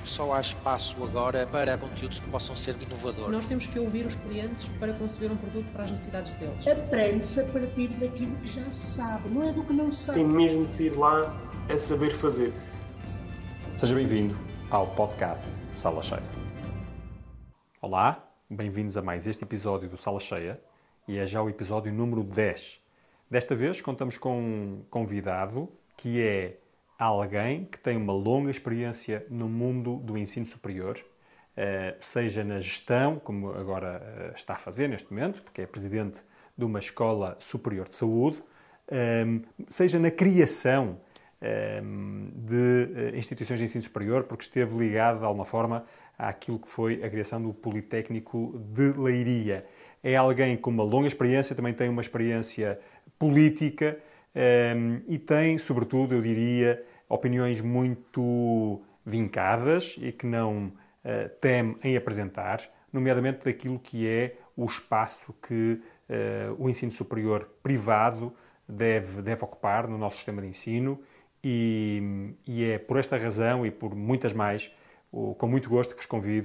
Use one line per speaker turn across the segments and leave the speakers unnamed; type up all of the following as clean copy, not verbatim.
Só há espaço agora para conteúdos que possam ser inovadores.
Nós temos que ouvir os clientes para conceber um produto para as necessidades deles.
Aprende-se a partir daquilo que já se sabe, não é do que não se sabe.
Tem mesmo de sair lá a saber fazer.
Seja bem-vindo ao podcast Sala Cheia. Olá, bem-vindos a mais este episódio do Sala Cheia e é já o episódio número 10. Desta vez contamos com um convidado que é alguém que tem uma longa experiência no mundo do ensino superior, seja na gestão, como agora está a fazer neste momento, porque é presidente de uma escola superior de saúde, seja na criação de instituições de ensino superior, porque esteve ligado de alguma forma àquilo que foi a criação do Politécnico de Leiria. É alguém com uma longa experiência, também tem uma experiência política e tem, sobretudo, eu diria, opiniões muito vincadas e que não teme em apresentar, nomeadamente daquilo que é o espaço que o ensino superior privado deve ocupar no nosso sistema de ensino e é por esta razão e por muitas mais, com muito gosto que vos convido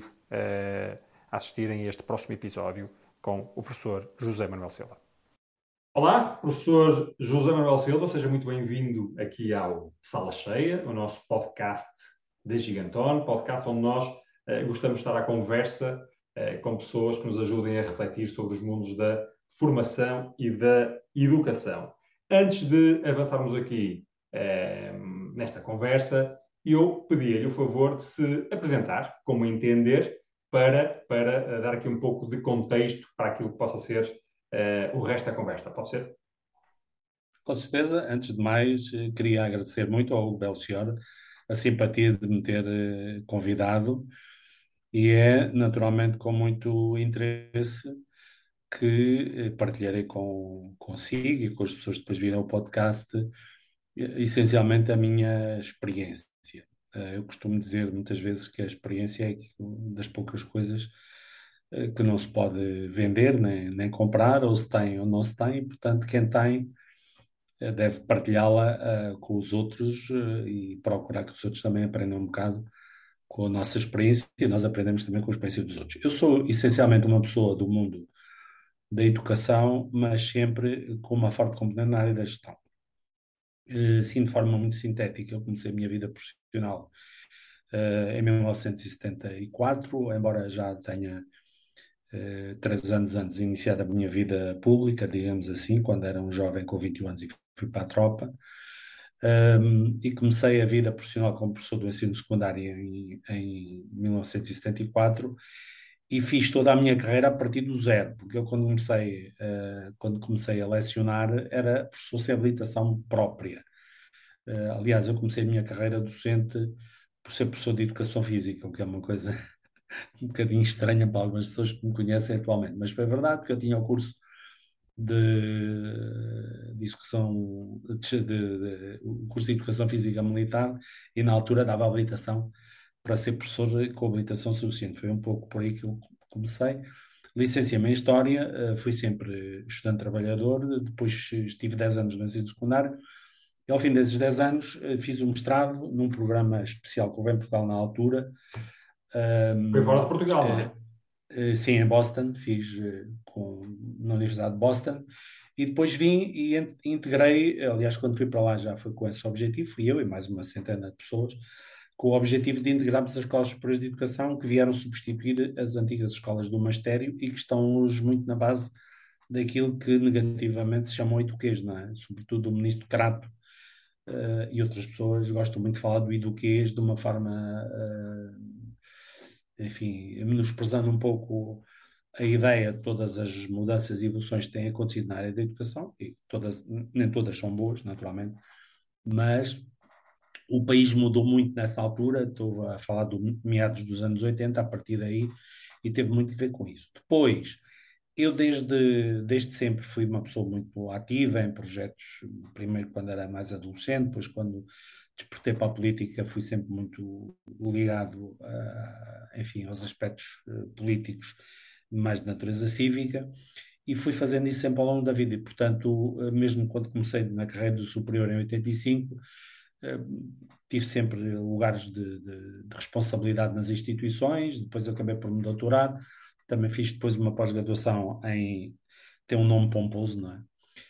a assistirem a este próximo episódio com o professor José Manuel Silva. Olá, professor José Manuel Silva, seja muito bem-vindo aqui ao Sala Cheia, o nosso podcast da Gigantone, podcast onde nós gostamos de estar à conversa com pessoas que nos ajudem a refletir sobre os mundos da formação e da educação. Antes de avançarmos aqui nesta conversa, eu pedia-lhe o favor de se apresentar, como entender, para dar aqui um pouco de contexto para aquilo que possa ser o resto da conversa. Pode ser?
Com certeza. Antes de mais, queria agradecer muito ao Hugo Belchior a simpatia de me ter convidado e é naturalmente com muito interesse que partilharei consigo e com as pessoas que depois virem o podcast essencialmente a minha experiência. Eu costumo dizer muitas vezes que a experiência é das poucas coisas que não se pode vender nem comprar, ou se tem ou não se tem, e, portanto, quem tem deve partilhá-la com os outros e procurar que os outros também aprendam um bocado com a nossa experiência e nós aprendemos também com a experiência dos outros. Eu sou essencialmente uma pessoa do mundo da educação, mas sempre com uma forte componente na área da gestão. Sim, de forma muito sintética, eu comecei a minha vida profissional em 1974, embora já tenha 3 anos antes de iniciar a minha vida pública, digamos assim, quando era um jovem com 21 anos e fui para a tropa. E comecei a vida profissional como professor do ensino secundário em 1974 e fiz toda a minha carreira a partir do zero, porque eu quando comecei a lecionar era professor sem habilitação própria. Aliás, eu comecei a minha carreira docente por ser professor de educação física, o que é uma coisa um bocadinho estranha para algumas pessoas que me conhecem atualmente, mas foi verdade porque eu tinha o curso de execução o curso de educação física militar e na altura dava habilitação para ser professor com habilitação suficiente. Foi um pouco por aí que eu comecei. Licenciei-me em História, fui sempre estudante trabalhador, depois estive 10 anos no ensino secundário e ao fim desses 10 anos fiz um mestrado num programa especial que houve em Portugal na altura.
Foi fora de Portugal, não é?
Sim, em Boston, fiz na Universidade de Boston e depois vim e integrei, aliás, quando fui para lá já foi com esse objetivo, fui eu e mais uma centena de pessoas, com o objetivo de integrarmos as escolas superiores de educação que vieram substituir as antigas escolas do magistério e que estão hoje muito na base daquilo que negativamente se chama o eduquês, não é? Sobretudo o ministro Crato e outras pessoas gostam muito de falar do eduquês de uma forma enfim, menosprezando um pouco a ideia de todas as mudanças e evoluções que têm acontecido na área da educação, e nem todas são boas, naturalmente, mas o país mudou muito nessa altura, estou a falar do meados dos anos 80, a partir daí, e teve muito a ver com isso. Depois, eu desde sempre fui uma pessoa muito ativa em projetos, primeiro quando era mais adolescente, depois quando despertei para a política fui sempre muito ligado enfim, aos aspectos políticos mais de natureza cívica e fui fazendo isso sempre ao longo da vida e portanto, mesmo quando comecei na carreira do superior em 85, tive sempre lugares de responsabilidade nas instituições, depois acabei por me doutorar, também fiz depois uma pós-graduação tem um nome pomposo, não é?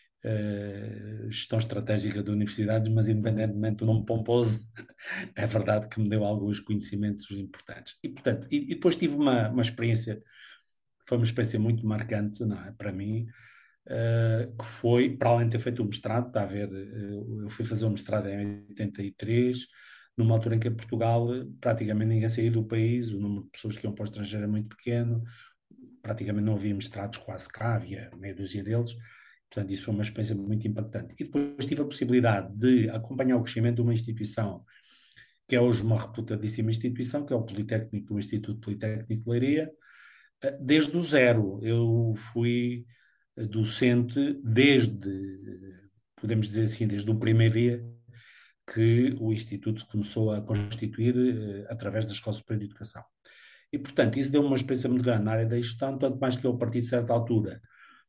Gestão estratégica de universidades, mas independentemente do nome pomposo, é verdade que me deu alguns conhecimentos importantes. E, portanto, e depois tive uma experiência, foi uma experiência muito marcante, não é? Para mim, que foi, para além de ter feito o mestrado, está a ver, eu fui fazer o mestrado em 83, numa altura em que em Portugal praticamente ninguém saía do país, o número de pessoas que iam para o estrangeiro era muito pequeno, praticamente não havia mestrados quase cá, havia meia dúzia deles, portanto isso foi uma experiência muito impactante. E depois tive a possibilidade de acompanhar o crescimento de uma instituição que é hoje uma reputadíssima instituição, que é o Politécnico, o Instituto Politécnico de Leiria, desde o zero. Eu fui docente podemos dizer assim, desde o primeiro dia que o Instituto se começou a constituir através da Escola Superior de Educação. E, portanto, isso deu uma experiência muito grande na área da gestão, tanto mais que eu, a partir de certa altura,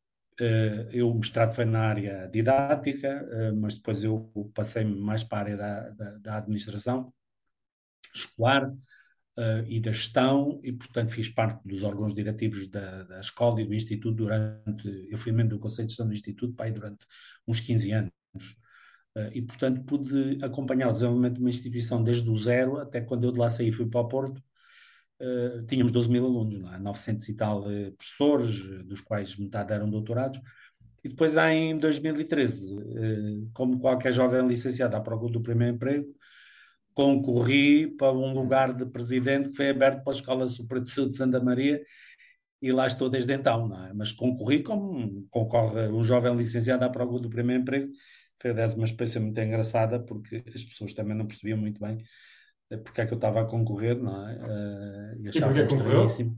o mestrado foi na área didática, mas depois eu passei mais para a área da administração escolar e da gestão, e, portanto, fiz parte dos órgãos diretivos da escola e do Instituto eu fui membro do Conselho de Gestão do Instituto durante uns 15 anos. E, portanto, pude acompanhar o desenvolvimento de uma instituição desde o zero até quando eu de lá saí e fui para o Porto. Tínhamos 12 mil alunos, não é? 900 e tal professores, dos quais metade eram doutorados. E depois, em 2013, como qualquer jovem licenciado à procura do primeiro emprego, concorri para um lugar de presidente que foi aberto pela Escola Superior de Saúde de Santa Maria, e lá estou desde então, não é? Mas concorri como concorre um jovem licenciado à procura do primeiro emprego. Foi uma experiência muito engraçada, porque as pessoas também não percebiam muito bem porque é que eu estava a concorrer, não é?
E porquê que concorreu?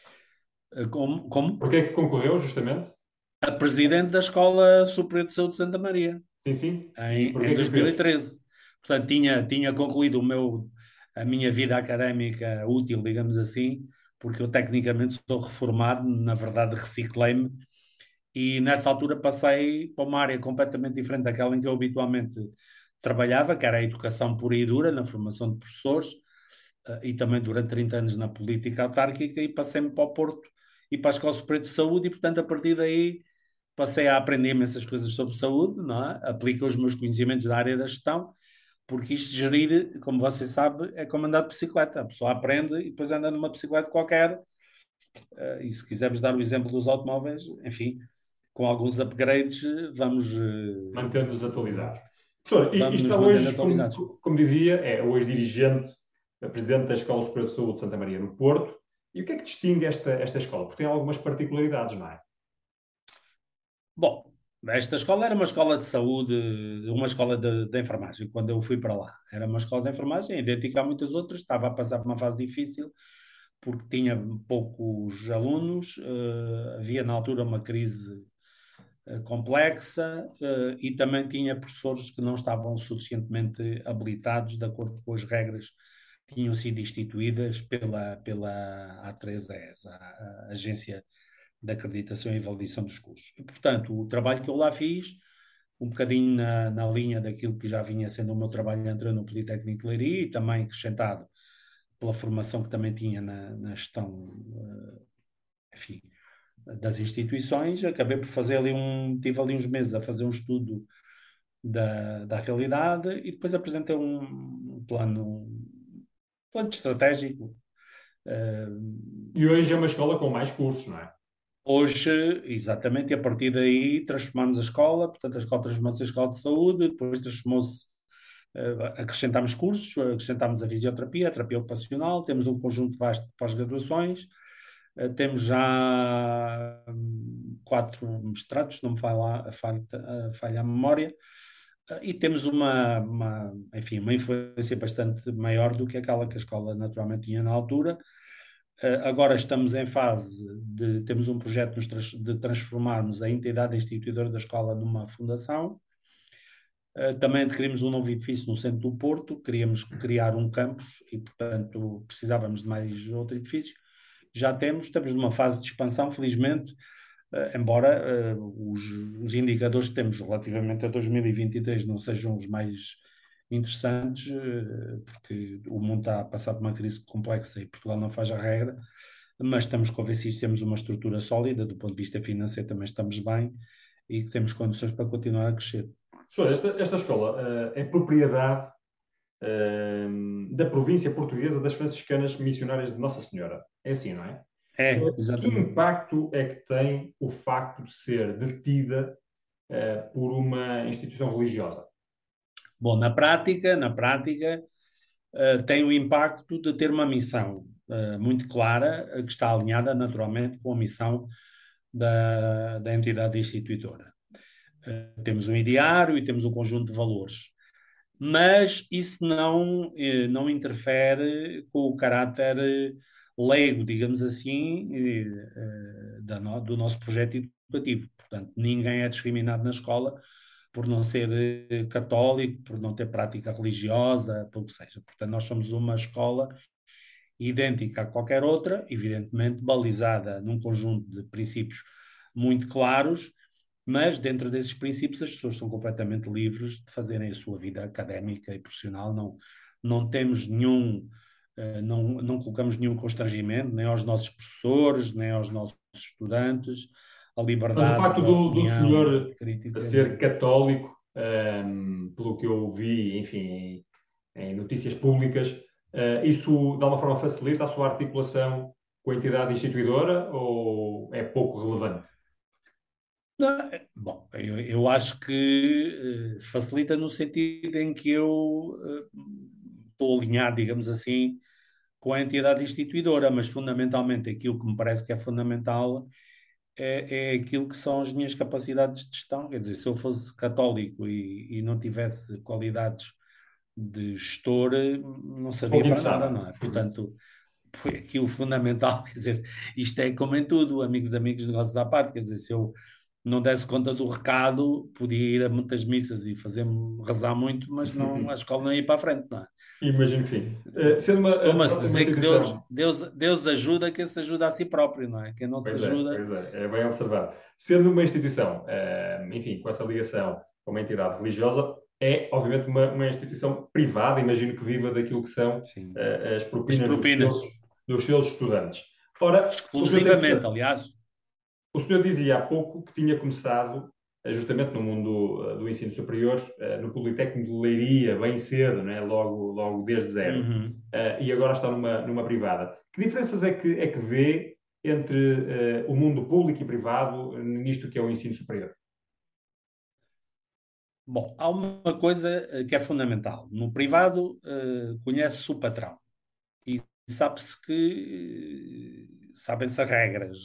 Como?
Porquê que concorreu, justamente?
A presidente da Escola Superior de Saúde de Santa Maria.
Sim.
Em 2013. Portanto, tinha concluído a minha vida académica útil, digamos assim, porque eu tecnicamente sou reformado, na verdade reciclei-me, e nessa altura passei para uma área completamente diferente daquela em que eu habitualmente trabalhava, que era a educação pura e dura, na formação de professores, e também durante 30 anos na política autárquica, e passei-me para o Porto e para a Escola Superior de Saúde, e portanto a partir daí passei a aprender imensas coisas sobre saúde, não é? Aplico os meus conhecimentos da área da gestão, porque isto de gerir, como você sabe, é como andar de bicicleta. A pessoa aprende e depois anda numa bicicleta qualquer, e se quisermos dar o exemplo dos automóveis, enfim, com alguns upgrades, vamos...
Mantendo-nos atualizados. Professor, e
vamos
está
nos
hoje,
atualizados.
como dizia, é hoje dirigente, presidente da Escola Superior de Saúde de Santa Maria, no Porto. E o que é que distingue esta escola? Porque tem algumas particularidades, não é?
Bom, esta escola era uma escola de saúde, uma escola de enfermagem, quando eu fui para lá. Era uma escola de enfermagem, idêntica a muitas outras, estava a passar por uma fase difícil, porque tinha poucos alunos, havia na altura uma crise complexa, e também tinha professores que não estavam suficientemente habilitados de acordo com as regras que tinham sido instituídas pela A3ES, a Agência de Acreditação e Avaliação dos Cursos. E, portanto, o trabalho que eu lá fiz, um bocadinho na linha daquilo que já vinha sendo o meu trabalho entrando no Politécnico de Leiria, e também acrescentado pela formação que também tinha na gestão, enfim, das instituições, acabei por fazer tive ali uns meses a fazer um estudo da realidade, e depois apresentei um plano estratégico.
E hoje é uma escola com mais cursos, não é?
Hoje, exatamente, e a partir daí transformamos a escola, portanto a escola transformou-se em escola de saúde, depois transformou-se, acrescentámos cursos, acrescentámos a fisioterapia, a terapia ocupacional, temos um conjunto vasto de pós-graduações, temos já 4 mestrados, não me falha a memória, e temos enfim, uma influência bastante maior do que aquela que a escola naturalmente tinha na altura. Agora estamos em fase temos um projeto de transformarmos a entidade instituidora da escola numa fundação. Também adquirimos um novo edifício no centro do Porto, queríamos criar um campus e, portanto, precisávamos de mais outro edifício. Já estamos numa fase de expansão, felizmente, embora os indicadores que temos relativamente a 2023 não sejam os mais interessantes, porque o mundo está a passar por uma crise complexa e Portugal não faz a regra, mas estamos convencidos que temos uma estrutura sólida, do ponto de vista financeiro também estamos bem e que temos condições para continuar a crescer.
Professor, esta escola é propriedade da província portuguesa das Franciscanas Missionárias de Nossa Senhora. É assim, não é?
É,
Que
exatamente.
impacto é que tem o facto de ser detida por uma instituição religiosa?
Bom, na prática, tem o impacto de ter uma missão muito clara, que está alinhada naturalmente com a missão da entidade instituidora. Temos um ideário e temos um conjunto de valores, mas isso não interfere com o caráter leigo, digamos assim, do nosso projeto educativo. Portanto, ninguém é discriminado na escola por não ser católico, por não ter prática religiosa, pelo que seja. Portanto, nós somos uma escola idêntica a qualquer outra, evidentemente balizada num conjunto de princípios muito claros, mas dentro desses princípios as pessoas são completamente livres de fazerem a sua vida académica e profissional. Não temos não colocamos nenhum constrangimento, nem aos nossos professores, nem aos nossos estudantes. A
Mas o
liberdade
facto
de
do
opinião, de
senhor
crítica.
ser católico, pelo que eu vi, enfim, em notícias públicas, isso de alguma forma facilita a sua articulação com a entidade instituidora ou é pouco relevante?
Não, bom, eu acho que facilita no sentido em que eu estou alinhado, digamos assim, com a entidade instituidora, mas fundamentalmente aquilo que me parece que é fundamental é aquilo que são as minhas capacidades de gestão. Quer dizer, se eu fosse católico e não tivesse qualidades de gestor, não
Pouco
servia para nada,
interessava.
não é? Portanto, foi aquilo fundamental, quer dizer, isto é como em tudo, amigos, negócios à parte, quer dizer, se eu não desse conta do recado, podia ir a muitas missas e fazer-me rezar muito, mas não, a escola não ia para a frente, não é?
Imagino que sim. Sendo
Costuma-se
uma
dizer que Deus,
instituição.
Deus, Deus ajuda quem se ajuda a si próprio, não é? Quem não se ajuda.
É bem observado. Sendo uma instituição, enfim, com essa ligação com uma entidade religiosa, é obviamente uma instituição privada, imagino que viva daquilo que são
Sim.
as
As
propinas
propinas,
dos seus estudantes. Ora,
exclusivamente, aliás.
o senhor dizia há pouco que tinha começado justamente no mundo do ensino superior, no Politécnico de Leiria, bem cedo, né? Logo desde zero,
Uhum.
e agora está numa privada. Que diferenças é que vê entre o mundo público e privado nisto que é o ensino superior?
Bom, há uma coisa que é fundamental. No privado, conhece-se o patrão e sabe-se que sabem-se as regras.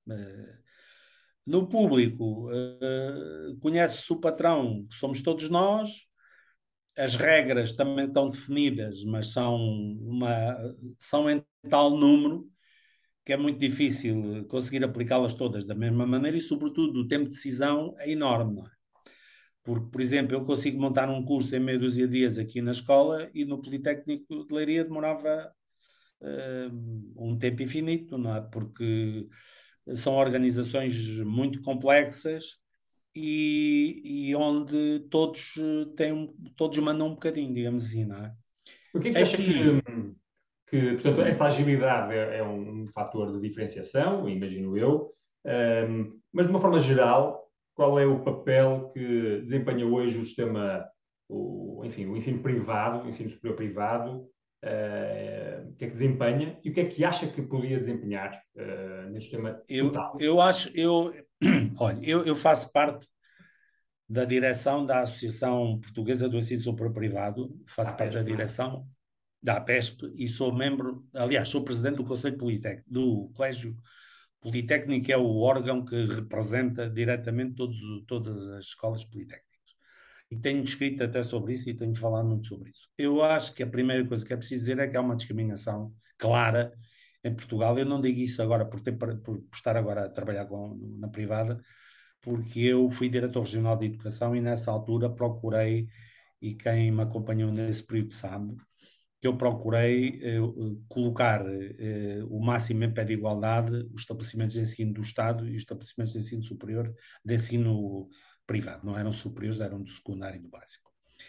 No público, conhece-se o patrão, que somos todos nós. As regras também estão definidas, mas são em tal número que é muito difícil conseguir aplicá-las todas da mesma maneira e, sobretudo, o tempo de decisão é enorme, não é? Porque, por exemplo, eu consigo montar um curso em meia dúzia de dias aqui na escola e no Politécnico de Leiria demorava um tempo infinito, não é? Porque são organizações muito complexas e onde todos mandam um bocadinho, digamos assim, não é?
O que é que acha
Aqui,
portanto, essa agilidade é um fator de diferenciação, imagino eu, mas de uma forma geral, qual é o papel que desempenha hoje o sistema, enfim, o ensino privado, o ensino superior privado, o que é que desempenha e o que é que acha que poderia desempenhar no sistema total?
olha, eu faço parte da direção da Associação Portuguesa do Ensino Superior Privado, faço parte da direção da APESP e sou membro, aliás, sou presidente do Conselho Politécnico, do Colégio Politécnico, que é o órgão que representa diretamente todas as escolas politécnicas. E tenho escrito até sobre isso e tenho falado muito sobre isso. Eu acho que a primeira coisa que é preciso dizer é que há uma discriminação clara em Portugal. Eu não digo isso agora por estar agora a trabalhar na privada, porque eu fui diretor regional de educação e nessa altura procurei, e quem me acompanhou nesse período sabe, que eu procurei colocar o máximo em pé de igualdade os estabelecimentos de ensino do Estado e os estabelecimentos de ensino superior, de ensino privado. Não eram superiores, eram do secundário e do básico.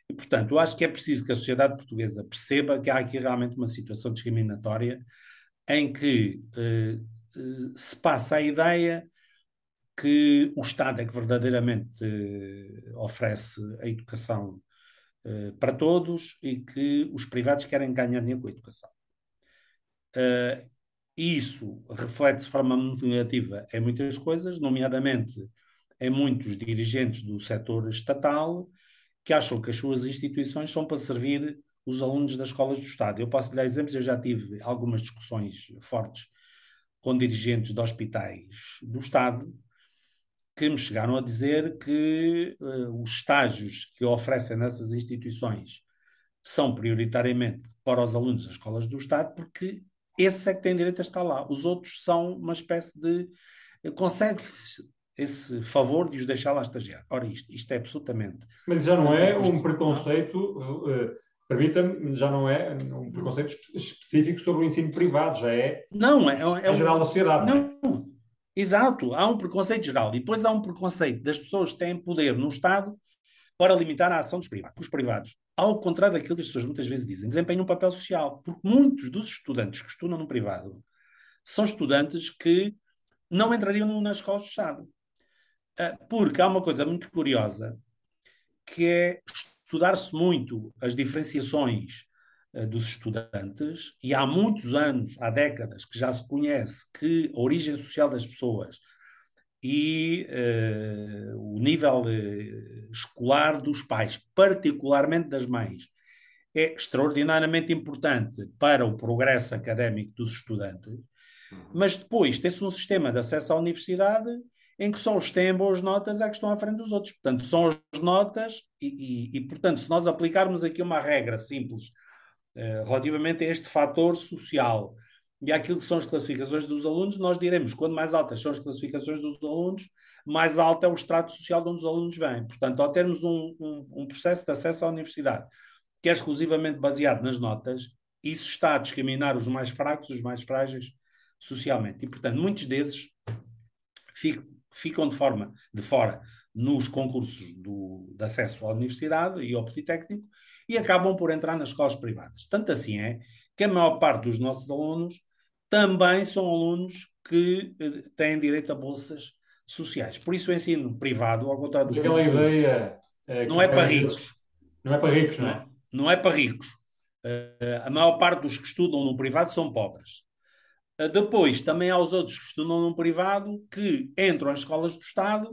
E, portanto, eu acho que é preciso que a sociedade portuguesa perceba que há aqui realmente uma situação discriminatória em que se passa a ideia que o Estado é que verdadeiramente oferece a educação para todos e que os privados querem ganhar dinheiro com a educação. E isso reflete-se de forma muito negativa em muitas coisas, nomeadamente em muitos dirigentes do setor estatal que acham que as suas instituições são para servir os alunos das escolas do Estado. Eu posso lhe dar exemplos, eu já tive algumas discussões fortes com dirigentes de hospitais do Estado que me chegaram a dizer que os estágios que oferecem nessas instituições são prioritariamente para os alunos das escolas do Estado, porque esse é que tem direito a estar lá. Os outros são uma espécie de... consegue-se esse favor de os deixar lá estagiar. Ora, isto é absolutamente...
Mas já não é um preconceito, permita-me, já não é um preconceito específico sobre o ensino privado, já é...
Não,
é geral da sociedade.
Não, exato. Há um preconceito geral. E depois há um preconceito das pessoas que têm poder no Estado para limitar a ação dos privados. Os privados, ao contrário daquilo que as pessoas muitas vezes dizem, desempenham um papel social. Porque muitos dos estudantes que estudam no privado são estudantes que não entrariam nas escolas do Estado. Porque há uma coisa muito curiosa, que é estudar-se muito as diferenciações dos estudantes, e há muitos anos, há décadas, que já se conhece que a origem social das pessoas e o nível escolar dos pais, particularmente das mães, é extraordinariamente importante para o progresso académico dos estudantes, mas depois tem-se um sistema de acesso à universidade em que só os que têm boas notas é que estão à frente dos outros. Portanto, são as notas e, portanto, se nós aplicarmos aqui uma regra simples relativamente a este fator social e àquilo que são as classificações dos alunos, nós diremos que quanto mais altas são as classificações dos alunos, mais alto é o estrato social de onde os alunos vêm. Portanto, ao termos um processo de acesso à universidade que é exclusivamente baseado nas notas, isso está a discriminar os mais fracos, os mais frágeis socialmente. E, portanto, muitos desses ficam de fora nos concursos de acesso à universidade e ao Politécnico e acabam por entrar nas escolas privadas. Tanto assim é que a maior parte dos nossos alunos também são alunos que têm direito a bolsas sociais. Por isso o ensino privado, ao contrário do
Aquela ideia...
não é para ricos.
Não é para ricos, não é?
Não é para ricos. A maior parte dos que estudam no privado são pobres. Depois, também há os outros que estudam no privado que entram às escolas do Estado,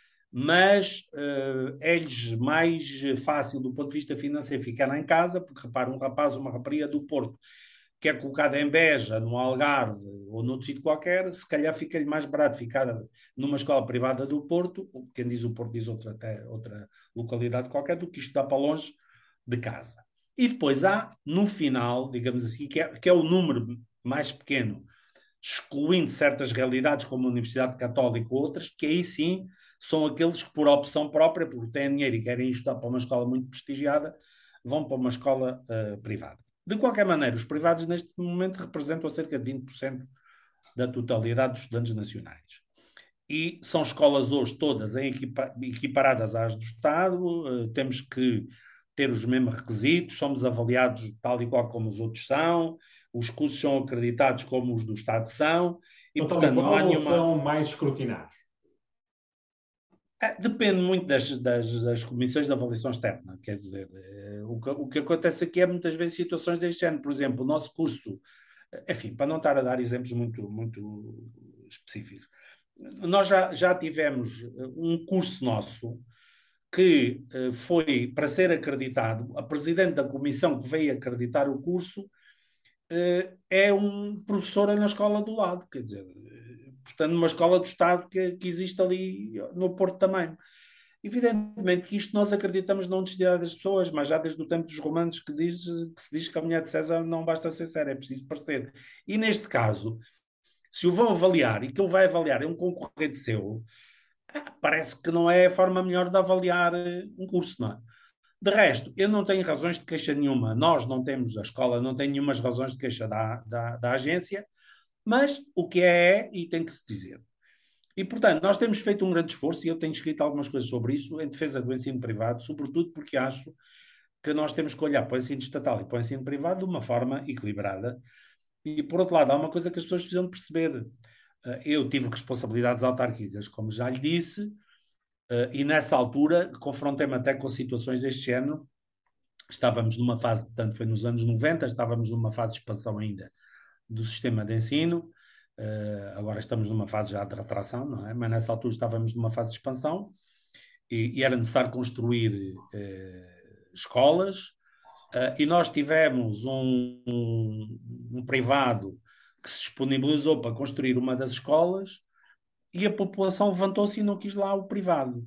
mas é-lhes mais fácil do ponto de vista financeiro ficar em casa, porque repara, um rapaz ou uma rapariga do Porto que é colocada em Beja, no Algarve ou noutro sítio qualquer, se calhar fica-lhe mais barato ficar numa escola privada do Porto, quem diz o Porto diz até outra localidade qualquer, do que isto dá para longe de casa. E depois há, no final, digamos assim, que é o número mais pequeno, excluindo certas realidades como a Universidade Católica ou outras, que aí sim são aqueles que por opção própria, porque têm dinheiro e querem estudar para uma escola muito prestigiada, vão para uma escola privada. De qualquer maneira, os privados neste momento representam cerca de 20% da totalidade dos estudantes nacionais. E são escolas hoje todas equiparadas às do Estado, temos que ter os mesmos requisitos, somos avaliados tal e qual como os outros são, os cursos são acreditados como os do Estado são, e
então,
portanto não há nenhuma...
são mais escrutinados?
Depende muito das comissões de avaliação externa, quer dizer, o que acontece aqui é muitas vezes situações deste género. Por exemplo, o nosso curso, enfim, para não estar a dar exemplos muito específicos, nós já tivemos um curso nosso que foi para ser acreditado, a presidente da comissão que veio acreditar o curso é um professor na escola do lado, quer dizer, portanto, numa escola do Estado que existe ali no Porto também. Evidentemente que isto nós acreditamos na honestidade das pessoas, mas já desde o tempo dos romanos que se diz que a mulher de César não basta ser séria, é preciso parecer. E neste caso, se o vão avaliar e que ele vai avaliar é um concorrente seu, parece que não é a forma melhor de avaliar um curso, não é? De resto, eu não tenho razões de queixa nenhuma. Nós não temos, a escola não tem nenhumas razões de queixa da agência, mas o que é e tem que se dizer. E, portanto, nós temos feito um grande esforço, e eu tenho escrito algumas coisas sobre isso, em defesa do ensino privado, sobretudo porque acho que nós temos que olhar para o ensino estatal e para o ensino privado de uma forma equilibrada. E, por outro lado, há uma coisa que as pessoas precisam de perceber. Eu tive responsabilidades autárquicas, como já lhe disse, e nessa altura confrontei-me até com situações deste género. Estávamos numa fase, portanto, foi nos anos 90, estávamos numa fase de expansão ainda do sistema de ensino. Agora estamos numa fase já de retração, não é? Mas nessa altura estávamos numa fase de expansão e era necessário construir escolas. E nós tivemos um privado que se disponibilizou para construir uma das escolas e a população levantou-se e não quis lá o privado.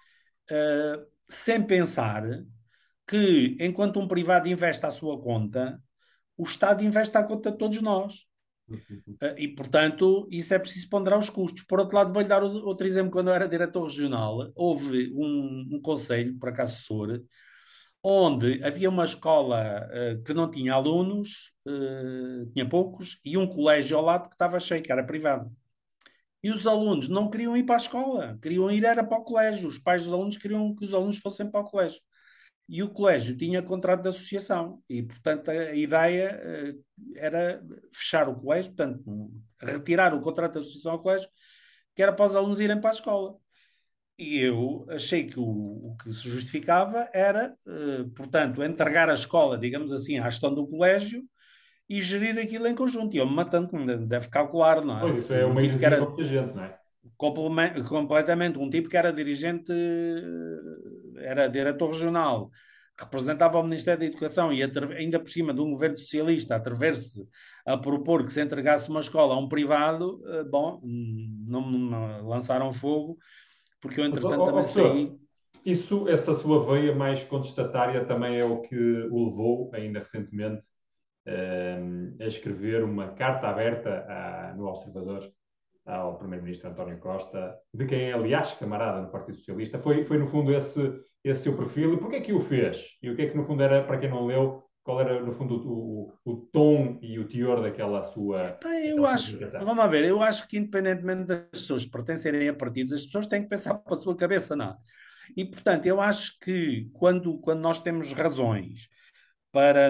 Sem pensar que, enquanto um privado investe à sua conta, o Estado investe à conta de todos nós. E, portanto, isso é preciso ponderar os custos. Por outro lado, vou-lhe dar outro exemplo. Quando eu era diretor regional, houve um conselho, por acaso assessor, onde havia uma escola que não tinha alunos, tinha poucos, e um colégio ao lado que estava cheio, que era privado. E os alunos não queriam ir para a escola, queriam ir era para o colégio. Os pais dos alunos queriam que os alunos fossem para o colégio. E o colégio tinha contrato de associação e, portanto, a ideia era fechar o colégio, portanto, retirar o contrato de associação ao colégio, que era para os alunos irem para a escola. E eu achei que o que se justificava era, portanto, entregar a escola, digamos assim, à gestão do colégio e gerir aquilo em conjunto. E eu me matando, como deve calcular, não é?
Pois, isso é uma heresia para muita gente, não é?
Completamente. Um tipo que era dirigente, era diretor regional, representava o Ministério da Educação e ainda por cima de um governo socialista atrever-se a propor que se entregasse uma escola a um privado, bom, não me lançaram fogo, porque eu entretanto também saí.
Essa sua veia mais contestatária também é o que o levou, ainda recentemente, a escrever uma carta aberta no Observador ao primeiro-ministro António Costa, de quem é, aliás, camarada no Partido Socialista. Foi no fundo, esse seu perfil. E porquê é que o fez? E o que é que, no fundo, era, para quem não leu, qual era, no fundo, o tom e o teor daquela sua...
Eu acho, vamos lá ver, eu acho que independentemente das pessoas pertencerem a partidos, as pessoas têm que pensar para a sua cabeça, não. E, portanto, eu acho que quando nós temos razões para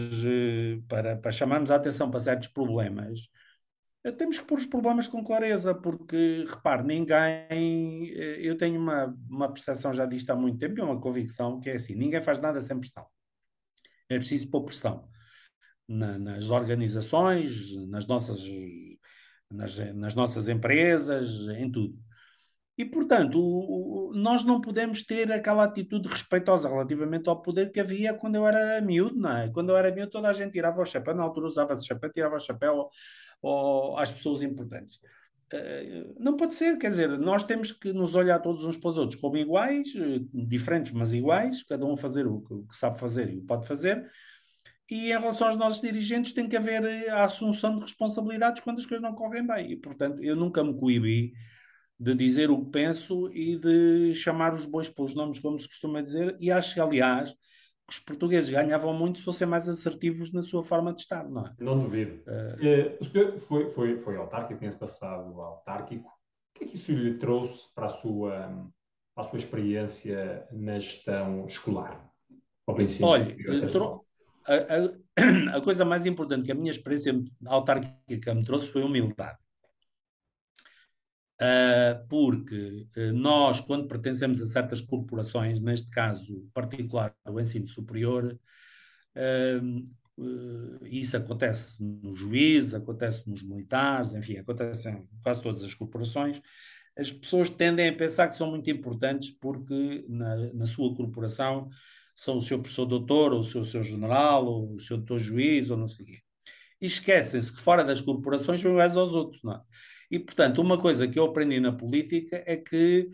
para chamarmos a atenção para certos problemas, temos que pôr os problemas com clareza, porque, repare, ninguém... Eu tenho uma percepção já disto há muito tempo, é uma convicção, que é assim, ninguém faz nada sem pressão. É preciso pôr pressão nas organizações, nas nossas empresas, em tudo. E, portanto, nós não podemos ter aquela atitude respeitosa relativamente ao poder que havia quando eu era miúdo, não é? Quando eu era miúdo, toda a gente tirava o chapéu, na altura usava-se chapéu, tirava o chapéu às pessoas importantes. Não pode ser, quer dizer, nós temos que nos olhar todos uns para os outros como iguais, diferentes, mas iguais, cada um fazer o que sabe fazer e o que pode fazer. E em relação aos nossos dirigentes, tem que haver a assunção de responsabilidades quando as coisas não correm bem. E, portanto, eu nunca me coibi de dizer o que penso e de chamar os bois pelos nomes, como se costuma dizer, e acho, aliás, que os portugueses ganhavam muito se fossem mais assertivos na sua forma de estar, não é?
Não duvido. O senhor foi autárquico, tem esse passado autárquico. O que é que isso lhe trouxe para a sua experiência na gestão escolar? Ao princípio,
olha, a coisa mais importante que a minha experiência autárquica me trouxe foi humildade. Porque nós, quando pertencemos a certas corporações, neste caso particular do ensino superior, isso acontece nos juízes, acontece nos militares, enfim, acontece em quase todas as corporações. As pessoas tendem a pensar que são muito importantes porque na sua corporação são o seu professor doutor, ou o seu general, ou o seu doutor juiz, ou não sei o quê. E esquecem-se que fora das corporações são iguais aos outros, não é? E, portanto, uma coisa que eu aprendi na política é que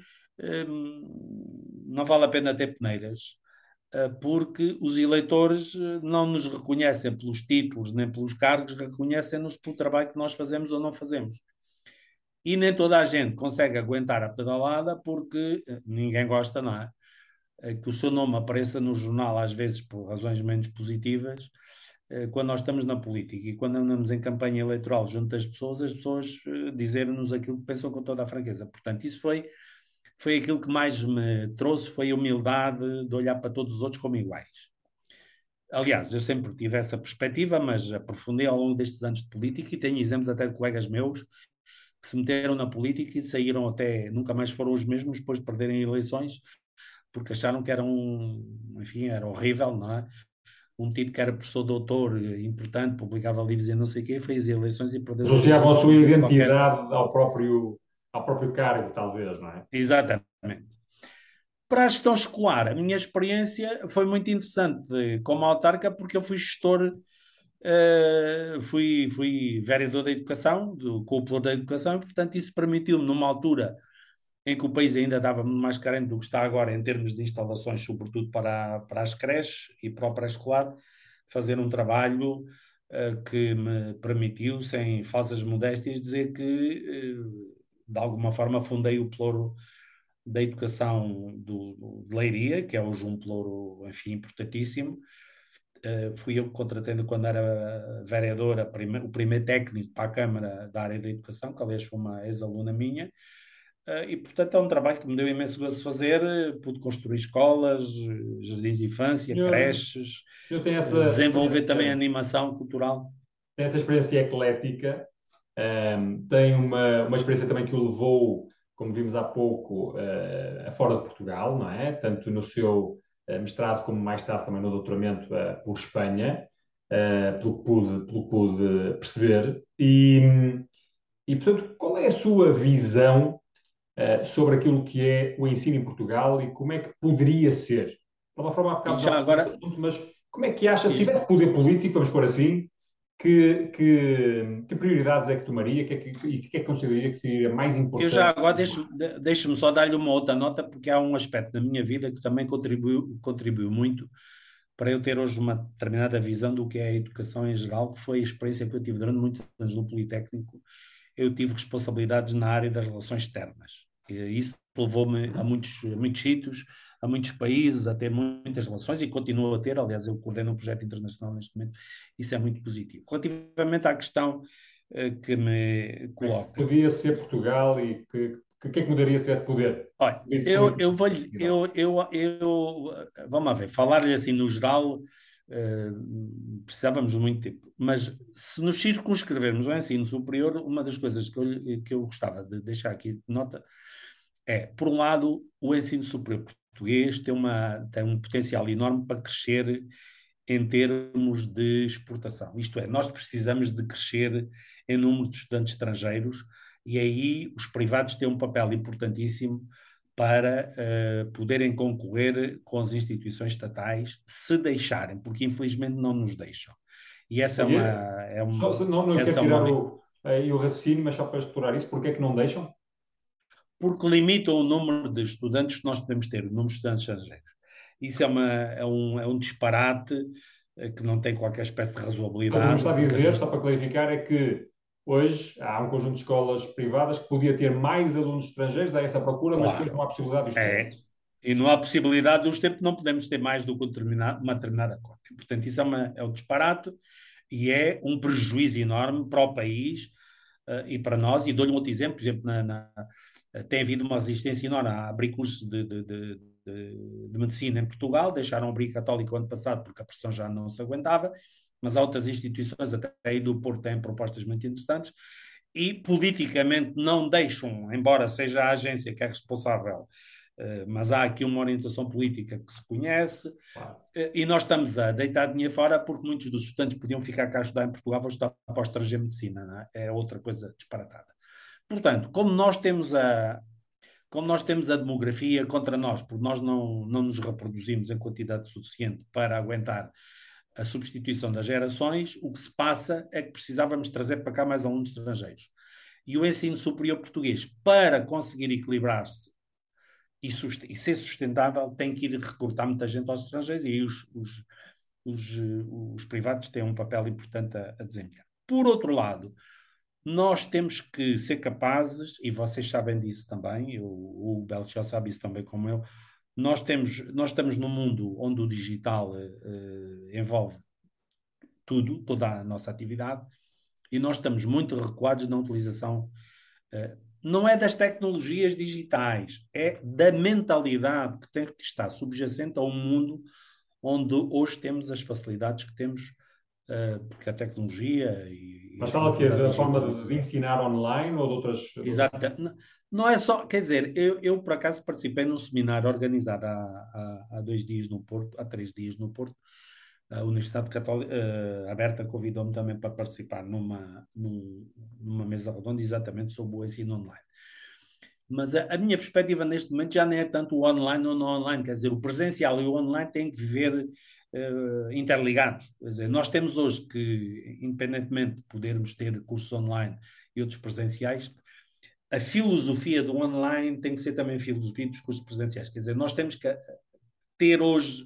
não vale a pena ter peneiras, porque os eleitores não nos reconhecem pelos títulos nem pelos cargos, reconhecem-nos pelo trabalho que nós fazemos ou não fazemos. E nem toda a gente consegue aguentar a pedalada porque ninguém gosta, não é? Que o seu nome apareça no jornal, às vezes por razões menos positivas, quando nós estamos na política e quando andamos em campanha eleitoral junto das pessoas, as pessoas dizem-nos aquilo que pensam com toda a franqueza. Portanto, isso foi aquilo que mais me trouxe, foi a humildade de olhar para todos os outros como iguais. Aliás, eu sempre tive essa perspectiva, mas aprofundei ao longo destes anos de política e tenho exemplos até de colegas meus que se meteram na política e saíram até, nunca mais foram os mesmos depois de perderem eleições, porque acharam que era enfim, era horrível, não é? Um tipo que era professor doutor, importante, publicava livros e não sei o quê, fez eleições e perdeu as
Associavam a
eleições
sua
sem ter
identidade ao próprio cargo, talvez, não é?
Exatamente. Para a gestão escolar, a minha experiência foi muito interessante como autarca, porque eu fui gestor, fui vereador da educação, com o plano da educação, e, portanto, isso permitiu-me, numa altura em que o país ainda estava mais carente do que está agora em termos de instalações, sobretudo para as creches e para o pré-escolar, fazer um trabalho que me permitiu, sem falsas modéstias, dizer que, de alguma forma, fundei o ploro da educação de Leiria, que é hoje um ploro, enfim, importantíssimo. Fui eu que contratei quando era vereador o primeiro técnico para a Câmara da área da educação, que aliás foi uma ex-aluna minha, e portanto é um trabalho que me deu imenso gozo de fazer. Pude construir escolas, jardins de infância, creches,
Eu tenho essa
desenvolver também animação cultural.
Tem essa experiência eclética, tem uma experiência também que o levou, como vimos há pouco, a fora de Portugal, não é? Tanto no seu mestrado como mais tarde também no doutoramento por Espanha, pelo que pude perceber. E, portanto, qual é a sua visão sobre aquilo que é o ensino em Portugal e como é que poderia ser? De uma forma, há bocado
Já agora,
assunto, mas como é que acha, se tivesse poder político, vamos pôr assim, que prioridades é que tomaria e que é que consideraria que seria mais importante?
Eu já agora deixe-me só dar-lhe uma outra nota, porque há um aspecto da minha vida que também contribuiu muito para eu ter hoje uma determinada visão do que é a educação em geral, que foi a experiência que eu tive durante muitos anos no Politécnico. Eu tive responsabilidades na área das relações externas. E isso levou-me a muitos sítios, a muitos países, a ter muitas relações e continuo a ter. Aliás, eu coordeno um projeto internacional neste momento. Isso é muito positivo. Relativamente à questão que me coloca.
Podia ser Portugal e que é que mudaria se tivesse poder?
Olha, vamos lá ver, falar-lhe assim no geral, precisávamos de muito tempo, mas se nos circunscrevermos ao ensino superior, uma das coisas que eu gostava de deixar aqui de nota é, por um lado, o ensino superior português tem um potencial enorme para crescer em termos de exportação. Isto é, nós precisamos de crescer em número de estudantes estrangeiros e aí os privados têm um papel importantíssimo para poderem concorrer com as instituições estatais, se deixarem, porque infelizmente não nos deixam. E essa é uma...
Não quero tirar o raciocínio, mas só para explorar isso, porque é que não deixam?
Porque limitam o número de estudantes que nós podemos ter, o número de estudantes estrangeiros. Isso é um disparate que não tem qualquer espécie de razoabilidade.
O que me está a dizer, só para clarificar, é que hoje há um conjunto de escolas privadas que podia ter mais alunos estrangeiros a essa procura, claro, mas depois não há possibilidade de os ter.
E não há possibilidade de os ter, porque não podemos ter mais do que uma determinada cota. Portanto, isso é um disparate e é um prejuízo enorme para o país e para nós. E dou-lhe um outro exemplo. Por exemplo, tem havido uma resistência enorme a abrir cursos de medicina em Portugal. Deixaram abrir católico ano passado porque a pressão já não se aguentava. Mas há outras instituições, até aí do Porto, têm propostas muito interessantes e politicamente não deixam, embora seja a agência que é responsável, mas há aqui uma orientação política que se conhece, e nós estamos a deitar dinheiro fora porque muitos dos estudantes podiam ficar cá a estudar em Portugal, vão estudar para o estrangeiro medicina, não é? É outra coisa disparatada. Portanto, como nós temos a demografia contra nós, porque nós não nos reproduzimos em quantidade suficiente para aguentar a substituição das gerações, o que se passa é que precisávamos trazer para cá mais alunos estrangeiros. E o ensino superior português, para conseguir equilibrar-se e ser sustentável, tem que ir recrutar muita gente aos estrangeiros e aí os privados têm um papel importante a desempenhar. Por outro lado, nós temos que ser capazes, e vocês sabem disso também, o Belchior sabe isso também como eu, nós estamos num mundo onde o digital envolve tudo, toda a nossa atividade, e nós estamos muito recuados na utilização, não é das tecnologias digitais, é da mentalidade que tem que estar subjacente a um mundo onde hoje temos as facilidades que temos, porque a tecnologia
Mas fala que é
a
da forma de
digitalização.
ensinar online ou de outras...
Exato. Não é só, quer dizer, eu por acaso participei num seminário organizado há 2 dias no Porto, há 3 dias no Porto. A Universidade Católica Aberta convidou-me também para participar numa mesa redonda exatamente sobre o ensino online. Mas a minha perspectiva neste momento já não é tanto o online ou não online, quer dizer, o presencial e o online têm que viver interligados. Quer dizer, nós temos hoje que, independentemente de podermos ter cursos online e outros presenciais, a filosofia do online tem que ser também filosofia dos cursos presenciais. Quer dizer, nós temos que ter hoje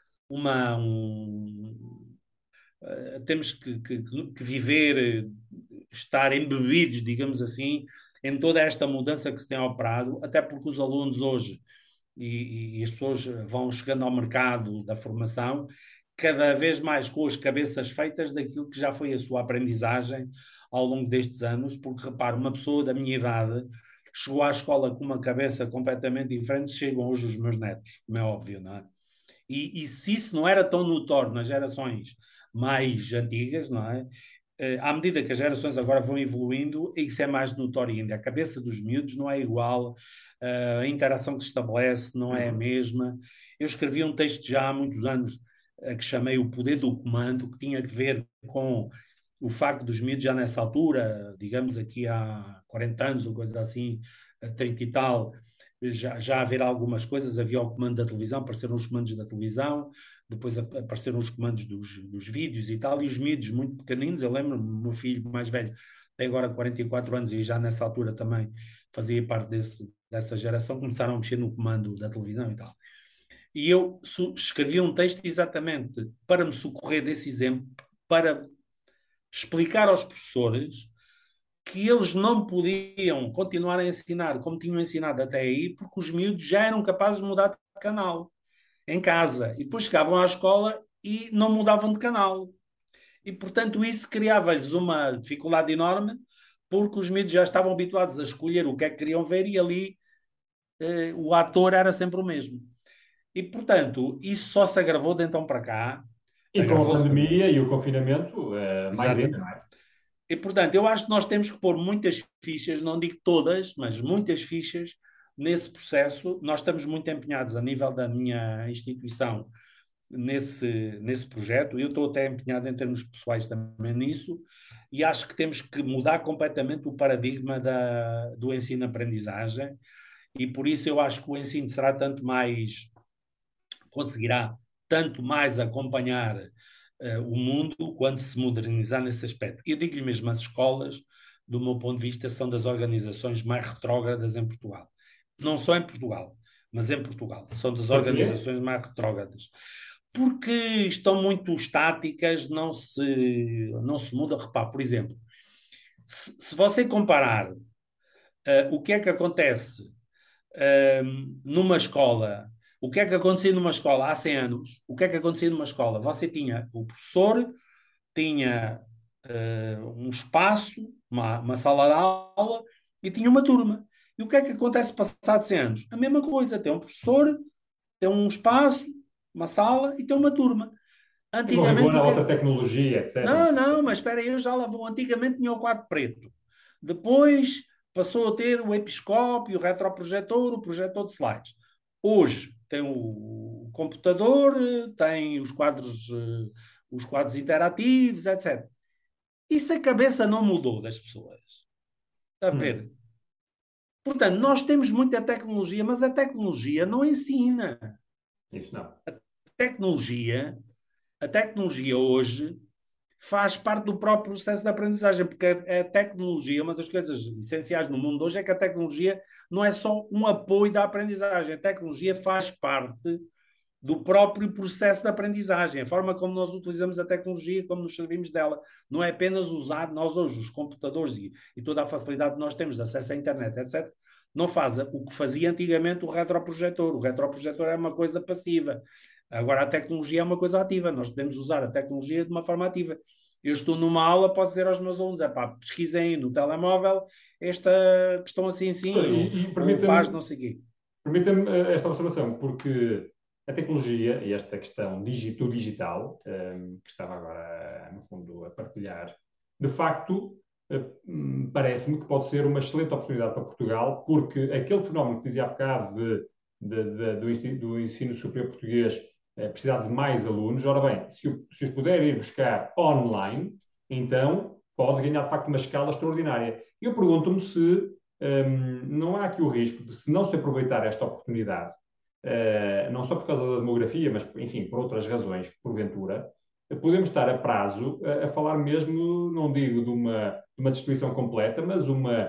temos que viver, estar embebidos, digamos assim, em toda esta mudança que se tem operado, até porque os alunos hoje e as pessoas vão chegando ao mercado da formação cada vez mais com as cabeças feitas daquilo que já foi a sua aprendizagem ao longo destes anos, porque repare, uma pessoa da minha idade chegou à escola com uma cabeça completamente diferente, chegam hoje os meus netos, como é óbvio, não é? E se isso não era tão notório nas gerações mais antigas, não é? À medida que as gerações agora vão evoluindo, isso é mais notório ainda. A cabeça dos miúdos não é igual, a interação que se estabelece não é a mesma. Eu escrevi um texto já há muitos anos que chamei O Poder do Comando, que tinha que ver com o facto dos miúdos já nessa altura, digamos aqui há 40 anos ou coisa assim, 30 e tal, já haver algumas coisas. Havia o comando da televisão, apareceram os comandos da televisão, depois apareceram os comandos dos vídeos e tal, e os miúdos muito pequeninos. Eu lembro-me, o meu filho mais velho tem agora 44 anos e já nessa altura também fazia parte dessa geração, começaram a mexer no comando da televisão e tal. E eu escrevi um texto exatamente para me socorrer desse exemplo, para explicar aos professores que eles não podiam continuar a ensinar como tinham ensinado até aí, porque os miúdos já eram capazes de mudar de canal em casa, e depois chegavam à escola e não mudavam de canal. E, portanto, isso criava-lhes uma dificuldade enorme, porque os miúdos já estavam habituados a escolher o que é que queriam ver e ali o ator era sempre o mesmo. E, portanto, isso só se agravou de então para cá.
E com a pandemia e o confinamento, mais ainda, não é?
E, portanto, eu acho que nós temos que pôr muitas fichas, não digo todas, mas muitas fichas nesse processo. Nós estamos muito empenhados a nível da minha instituição nesse projeto. Eu estou até empenhado em termos pessoais também nisso, e acho que temos que mudar completamente o paradigma do ensino-aprendizagem, e por isso eu acho que o ensino será conseguirá tanto mais acompanhar o mundo quando se modernizar nesse aspecto. Eu digo-lhe mesmo, as escolas, do meu ponto de vista, são das organizações mais retrógradas em Portugal. Não só em Portugal, mas em Portugal. São das organizações mais retrógradas. Porque estão muito estáticas, não se muda. Repare, por exemplo, se você comparar o que é que acontece numa escola, o que é que acontecia numa escola há 100 anos, o que é que acontecia numa escola? Você tinha o professor, tinha um espaço, uma sala de aula e tinha uma turma. E o que é que acontece passado 100 anos? A mesma coisa, tem um professor, tem um espaço, uma sala e tem uma turma.
Antigamente... na outra tecnologia, etc.
Não, mas espera aí, eu já lá vou. Antigamente tinha o quadro preto. Depois passou a ter o episcópio, o retroprojetor, o projetor de slides. Hoje tem o computador, tem os quadros interativos, etc. E se a cabeça não mudou das pessoas? Está a ver? Portanto, nós temos muita tecnologia, mas a tecnologia não ensina.
Isso não.
A tecnologia hoje faz parte do próprio processo de aprendizagem, porque a tecnologia, uma das coisas essenciais no mundo hoje é que a tecnologia não é só um apoio da aprendizagem, a tecnologia faz parte do próprio processo de aprendizagem, a forma como nós utilizamos a tecnologia, como nos servimos dela. Não é apenas usar, nós hoje, os computadores e toda a facilidade que nós temos de acesso à internet, etc., não faz o que fazia antigamente o retroprojetor. O retroprojetor é uma coisa passiva. Agora a tecnologia é uma coisa ativa, nós podemos usar a tecnologia de uma forma ativa. Eu estou numa aula, posso dizer aos meus alunos, pesquisem no telemóvel esta questão assim, ou faz não sei o quê.
Permita-me esta observação, porque a tecnologia e esta questão do digital, que estava agora, no fundo, a partilhar, de facto, parece-me que pode ser uma excelente oportunidade para Portugal, porque aquele fenómeno que dizia há bocado do ensino superior português precisar de mais alunos, ora bem, se os puder ir buscar online, então pode ganhar, de facto, uma escala extraordinária. Eu pergunto-me se não há aqui o risco de, se não se aproveitar esta oportunidade, não só por causa da demografia, mas, enfim, por outras razões, porventura, podemos estar a prazo a falar mesmo, não digo de uma destruição completa, mas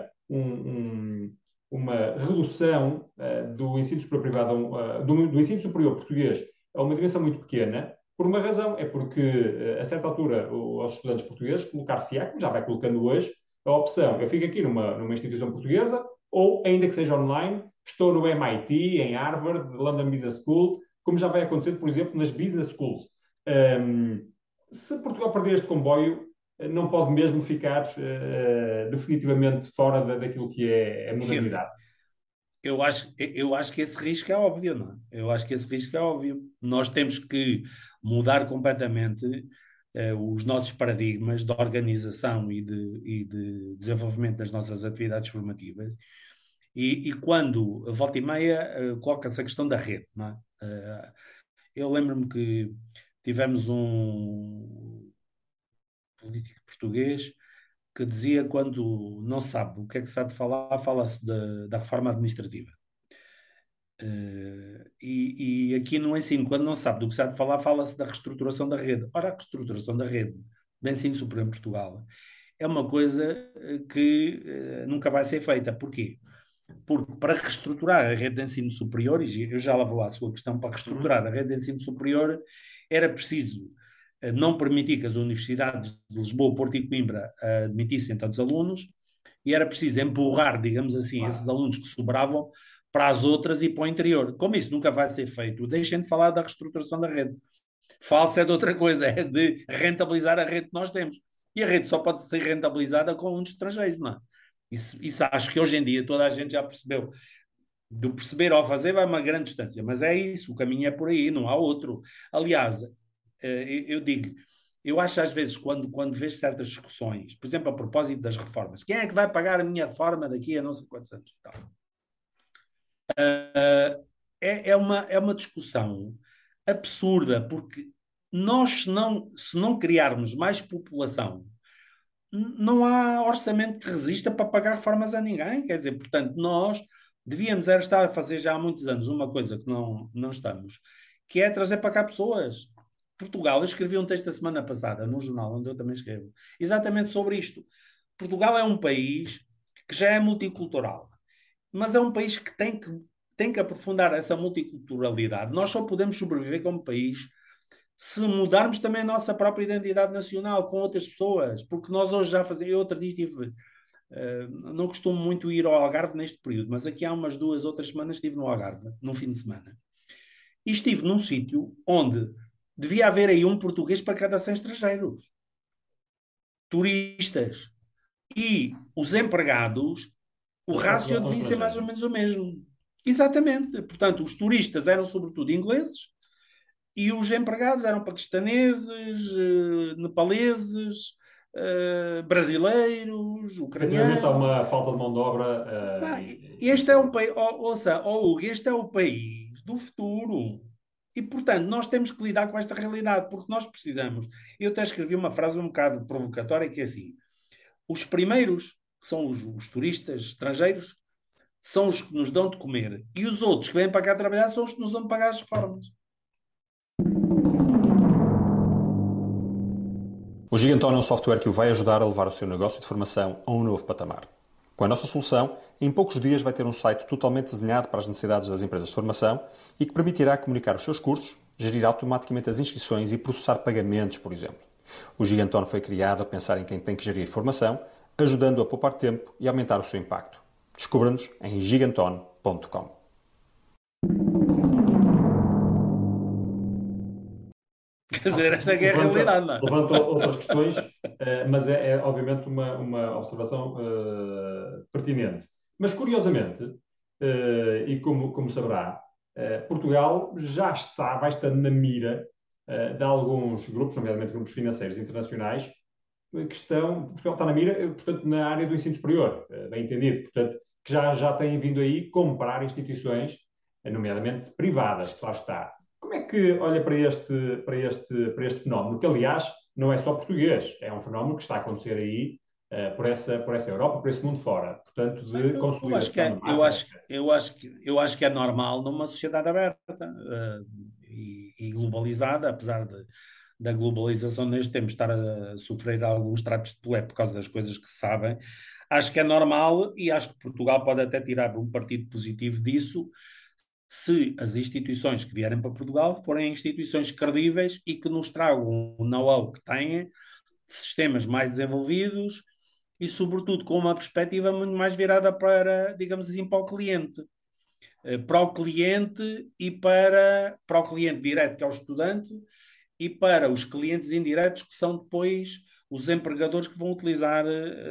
uma redução do ensino superior privado, do ensino superior português a uma dimensão muito pequena, por uma razão, é porque, a certa altura, aos estudantes portugueses colocar-se-á, como já vai colocando hoje, a opção, eu fico aqui numa instituição portuguesa, ou, ainda que seja online, estou no MIT, em Harvard, London Business School, como já vai acontecendo, por exemplo, nas business schools. Se Portugal perder este comboio, não pode mesmo ficar definitivamente fora daquilo que é a modernidade.
Eu acho que esse risco é óbvio, não é? Eu acho que esse risco é óbvio. Nós temos que mudar completamente os nossos paradigmas de organização e de desenvolvimento das nossas atividades formativas. E quando, volta e meia, coloca-se a questão da rede, não é? Eu lembro-me que tivemos um político português que dizia, quando não sabe o que é que sabe falar, fala-se da reforma administrativa. E aqui no ensino, quando não sabe do que sabe falar, fala-se da reestruturação da rede. Ora, a reestruturação da rede do ensino superior em Portugal é uma coisa que nunca vai ser feita. Porquê? Porque para reestruturar a rede de ensino superior, e eu já lá vou à sua questão, para reestruturar a rede de ensino superior era preciso não permitir que as universidades de Lisboa, Porto e Coimbra admitissem tantos alunos, e era preciso empurrar, digamos assim, esses alunos que sobravam para as outras e para o interior. Como isso nunca vai ser feito, deixem de falar da reestruturação da rede. Falso é de outra coisa, é de rentabilizar a rede que nós temos. E a rede só pode ser rentabilizada com alunos estrangeiros, não é? Isso acho que hoje em dia toda a gente já percebeu. Do perceber ao fazer vai uma grande distância, mas é isso, o caminho é por aí, não há outro. Aliás, eu digo, eu acho às vezes quando vejo certas discussões, por exemplo, a propósito das reformas, quem é que vai pagar a minha reforma daqui a não sei quantos anos? É uma discussão absurda, porque nós, se não criarmos mais população, não há orçamento que resista para pagar reformas a ninguém. Quer dizer, portanto, nós devíamos estar a fazer já há muitos anos uma coisa que não estamos, que é trazer para cá pessoas. Portugal, eu escrevi um texto a semana passada num jornal onde eu também escrevo, exatamente sobre isto. Portugal é um país que já é multicultural, mas é um país que tem que aprofundar essa multiculturalidade. Nós só podemos sobreviver como país se mudarmos também a nossa própria identidade nacional com outras pessoas, porque nós hoje já fazemos. Eu outro dia estive, não costumo muito ir ao Algarve neste período, mas aqui há umas 2 ou 3 semanas estive no Algarve, num fim de semana. E estive num sítio onde devia haver aí um português para cada 100 estrangeiros. Turistas. E os empregados, o rácio devia ser mais ou menos o mesmo. Exatamente. Portanto, os turistas eram sobretudo ingleses e os empregados eram paquistaneses, nepaleses, brasileiros, ucranianos.
Há uma falta de mão de obra.
Este é o país, ouça, Hugo, este é o país do futuro. E, portanto, nós temos que lidar com esta realidade, porque nós precisamos. Eu até escrevi uma frase um bocado provocatória, que é assim: os primeiros, que são os turistas estrangeiros, são os que nos dão de comer, e os outros que vêm para cá trabalhar são os que nos dão de pagar as reformas.
O Giganton é um software que o vai ajudar a levar o seu negócio de formação a um novo patamar. Com a nossa solução, em poucos dias vai ter um site totalmente desenhado para as necessidades das empresas de formação e que permitirá comunicar os seus cursos, gerir automaticamente as inscrições e processar pagamentos, por exemplo. O Giganton foi criado a pensar em quem tem que gerir formação, ajudando a poupar tempo e aumentar o seu impacto. Descubra-nos em giganton.com.
Quer dizer, esta é a realidade, não é?
Levanta outras questões, mas é obviamente uma observação pertinente. Mas, curiosamente, e como saberá, Portugal já vai estando na mira de alguns grupos, nomeadamente grupos financeiros internacionais, Portugal está na mira, portanto, na área do ensino superior, bem entendido, portanto, que já têm vindo aí comprar instituições, nomeadamente privadas, claro está. Como é que olha para este fenómeno, que aliás não é só português, é um fenómeno que está a acontecer aí por essa Europa, por esse mundo fora, portanto, de
Eu acho que
consolidação
é,
de marcas.
eu acho que é normal numa sociedade aberta e globalizada, apesar da globalização neste tempo estar a sofrer alguns tratos de pelé por causa das coisas que se sabem. Acho que é normal e acho que Portugal pode até tirar um partido positivo disso se as instituições que vierem para Portugal forem instituições credíveis e que nos tragam o know-how que têm, sistemas mais desenvolvidos e, sobretudo, com uma perspectiva muito mais virada para, digamos assim, para o cliente. Para o cliente e para o cliente direto, que é o estudante, e para os clientes indiretos, que são depois os empregadores que vão utilizar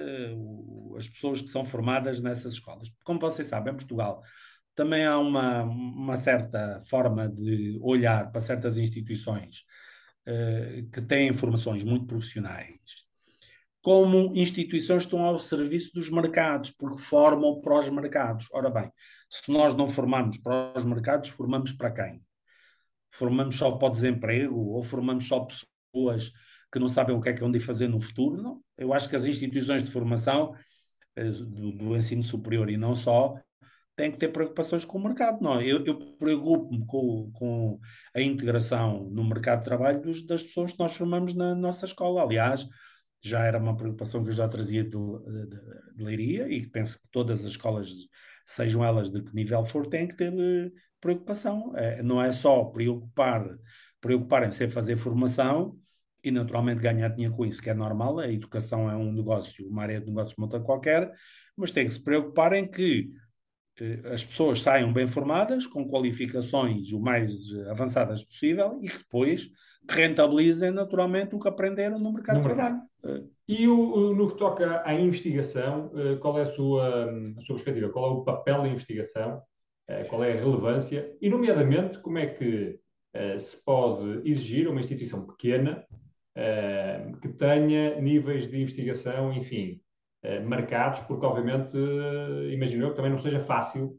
as pessoas que são formadas nessas escolas. Como vocês sabem, em Portugal também há uma certa forma de olhar para certas instituições que têm formações muito profissionais, como instituições que estão ao serviço dos mercados, porque formam para os mercados. Ora bem, se nós não formarmos para os mercados, formamos para quem? Formamos só para o desemprego ou formamos só pessoas que não sabem o que é que vão de fazer no futuro? Não. Eu acho que as instituições de formação do ensino superior e não só têm que ter preocupações com o mercado. Não, eu preocupo-me com a integração no mercado de trabalho das pessoas que nós formamos na nossa escola. Aliás, já era uma preocupação que eu já trazia de Leiria e que penso que todas as escolas, sejam elas de que nível for, têm que ter preocupação. Não é só preocuparem-se em fazer formação e naturalmente ganhar dinheiro com isso, que é normal. A educação é um negócio, uma área de negócio monta qualquer, mas tem que se preocupar em que as pessoas saiam bem formadas, com qualificações o mais avançadas possível e que depois rentabilizem naturalmente o que aprenderam no mercado de trabalho.
E no que toca à investigação, qual é a sua perspectiva? Qual é o papel da investigação? Qual é a relevância? E, nomeadamente, como é que se pode exigir a uma instituição pequena que tenha níveis de investigação, enfim, marcados, porque obviamente imagino eu que também não seja fácil,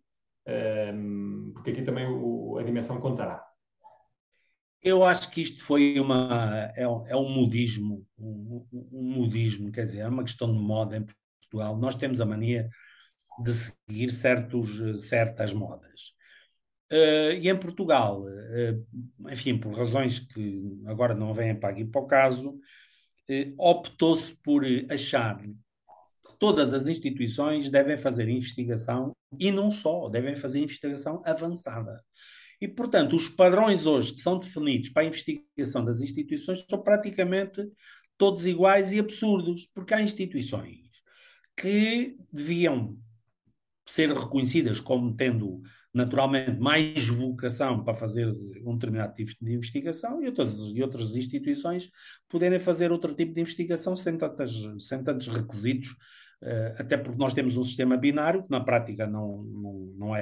porque aqui também a dimensão contará.
Eu acho que isto foi um modismo, um modismo, quer dizer, é uma questão de moda em Portugal. Nós temos a mania de seguir certas modas. E em Portugal, enfim, por razões que agora não vêm para aqui para o caso, optou-se por achar que todas as instituições devem fazer investigação e não só, devem fazer investigação avançada. E, portanto, os padrões hoje que são definidos para a investigação das instituições são praticamente todos iguais e absurdos, porque há instituições que deviam ser reconhecidas como tendo naturalmente mais vocação para fazer um determinado tipo de investigação e outras instituições poderem fazer outro tipo de investigação sem tantos requisitos, até porque nós temos um sistema binário que na prática não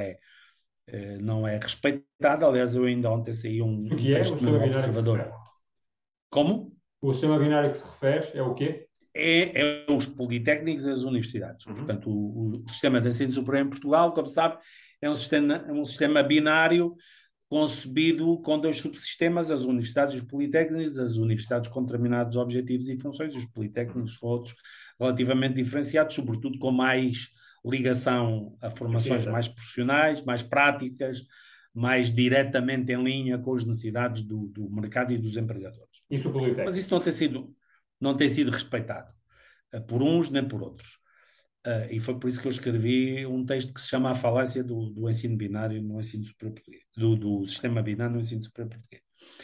é respeitado. Aliás, eu ainda ontem saí um texto no Observador. Como?
O sistema binário que se refere é o quê?
É os politécnicos e as universidades. Portanto, o sistema de ensino superior em Portugal, como sabe, é um sistema binário concebido com dois subsistemas, as universidades e os politécnicos, as universidades com determinados objetivos e funções, e os politécnicos com outros relativamente diferenciados, sobretudo com mais ligação a formações mais profissionais, mais práticas, mais diretamente em linha com as necessidades do mercado e dos empregadores.
Isso politécnico.
Mas isso não tem sido respeitado por uns nem por outros. E foi por isso que eu escrevi um texto que se chama A Falácia do Ensino Binário no Ensino Superior Português, do Sistema Binário no Ensino Superior Português.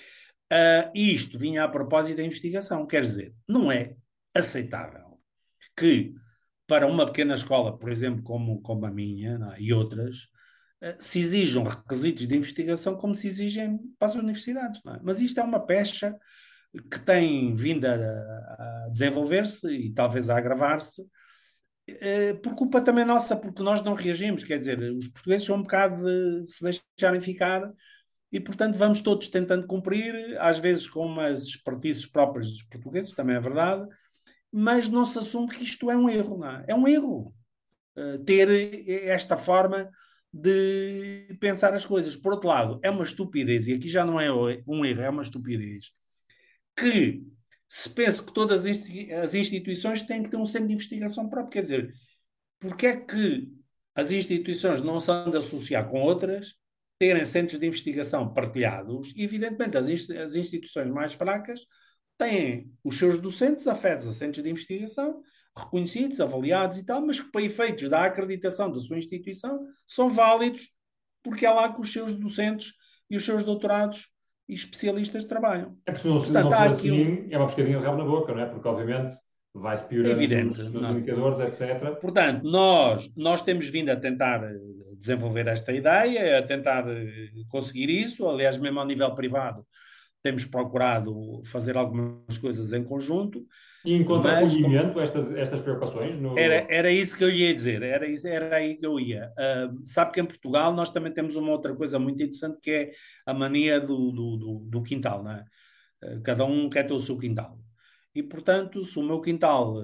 E isto vinha a propósito da investigação, quer dizer, não é aceitável que para uma pequena escola, por exemplo, como a minha, não é? E outras, se exijam requisitos de investigação como se exigem para as universidades. Não é? Mas isto é uma pecha que tem vindo a desenvolver-se e talvez a agravar-se, por culpa também nossa, porque nós não reagimos, quer dizer, os portugueses são um bocado de se deixarem ficar e, portanto, vamos todos tentando cumprir, às vezes com umas espertices próprias dos portugueses, também é verdade, mas não se assume que isto é um erro, não é? É um erro ter esta forma de pensar as coisas. Por outro lado, é uma estupidez, e aqui já não é um erro, é uma estupidez, que se pensa que todas as instituições têm que ter um centro de investigação próprio. Quer dizer, porque é que as instituições não se andam a associar com outras, terem centros de investigação partilhados, e evidentemente as instituições mais fracas têm os seus docentes afetos a centros de investigação, reconhecidos, avaliados e tal, mas que para efeitos da acreditação da sua instituição são válidos porque é lá que os seus docentes e os seus doutorados e especialistas trabalham.
É porque se
Portanto,
não
há
for
aqui
assim, é uma pescadinha de rabo na boca, não é? Porque, obviamente, vai-se
é
piorando
evidente,
os
não é?
indicadores, etc.
Portanto, nós temos vindo a tentar desenvolver esta ideia, a tentar conseguir isso. Aliás, mesmo ao nível privado, temos procurado fazer algumas coisas em conjunto,
E encontra
mas
acolhimento estas preocupações no...
era isso que eu ia dizer, era aí que eu ia. Sabe que em Portugal nós também temos uma outra coisa muito interessante que é a mania do quintal, não é? Cada um quer ter o seu quintal. E, portanto, se o meu quintal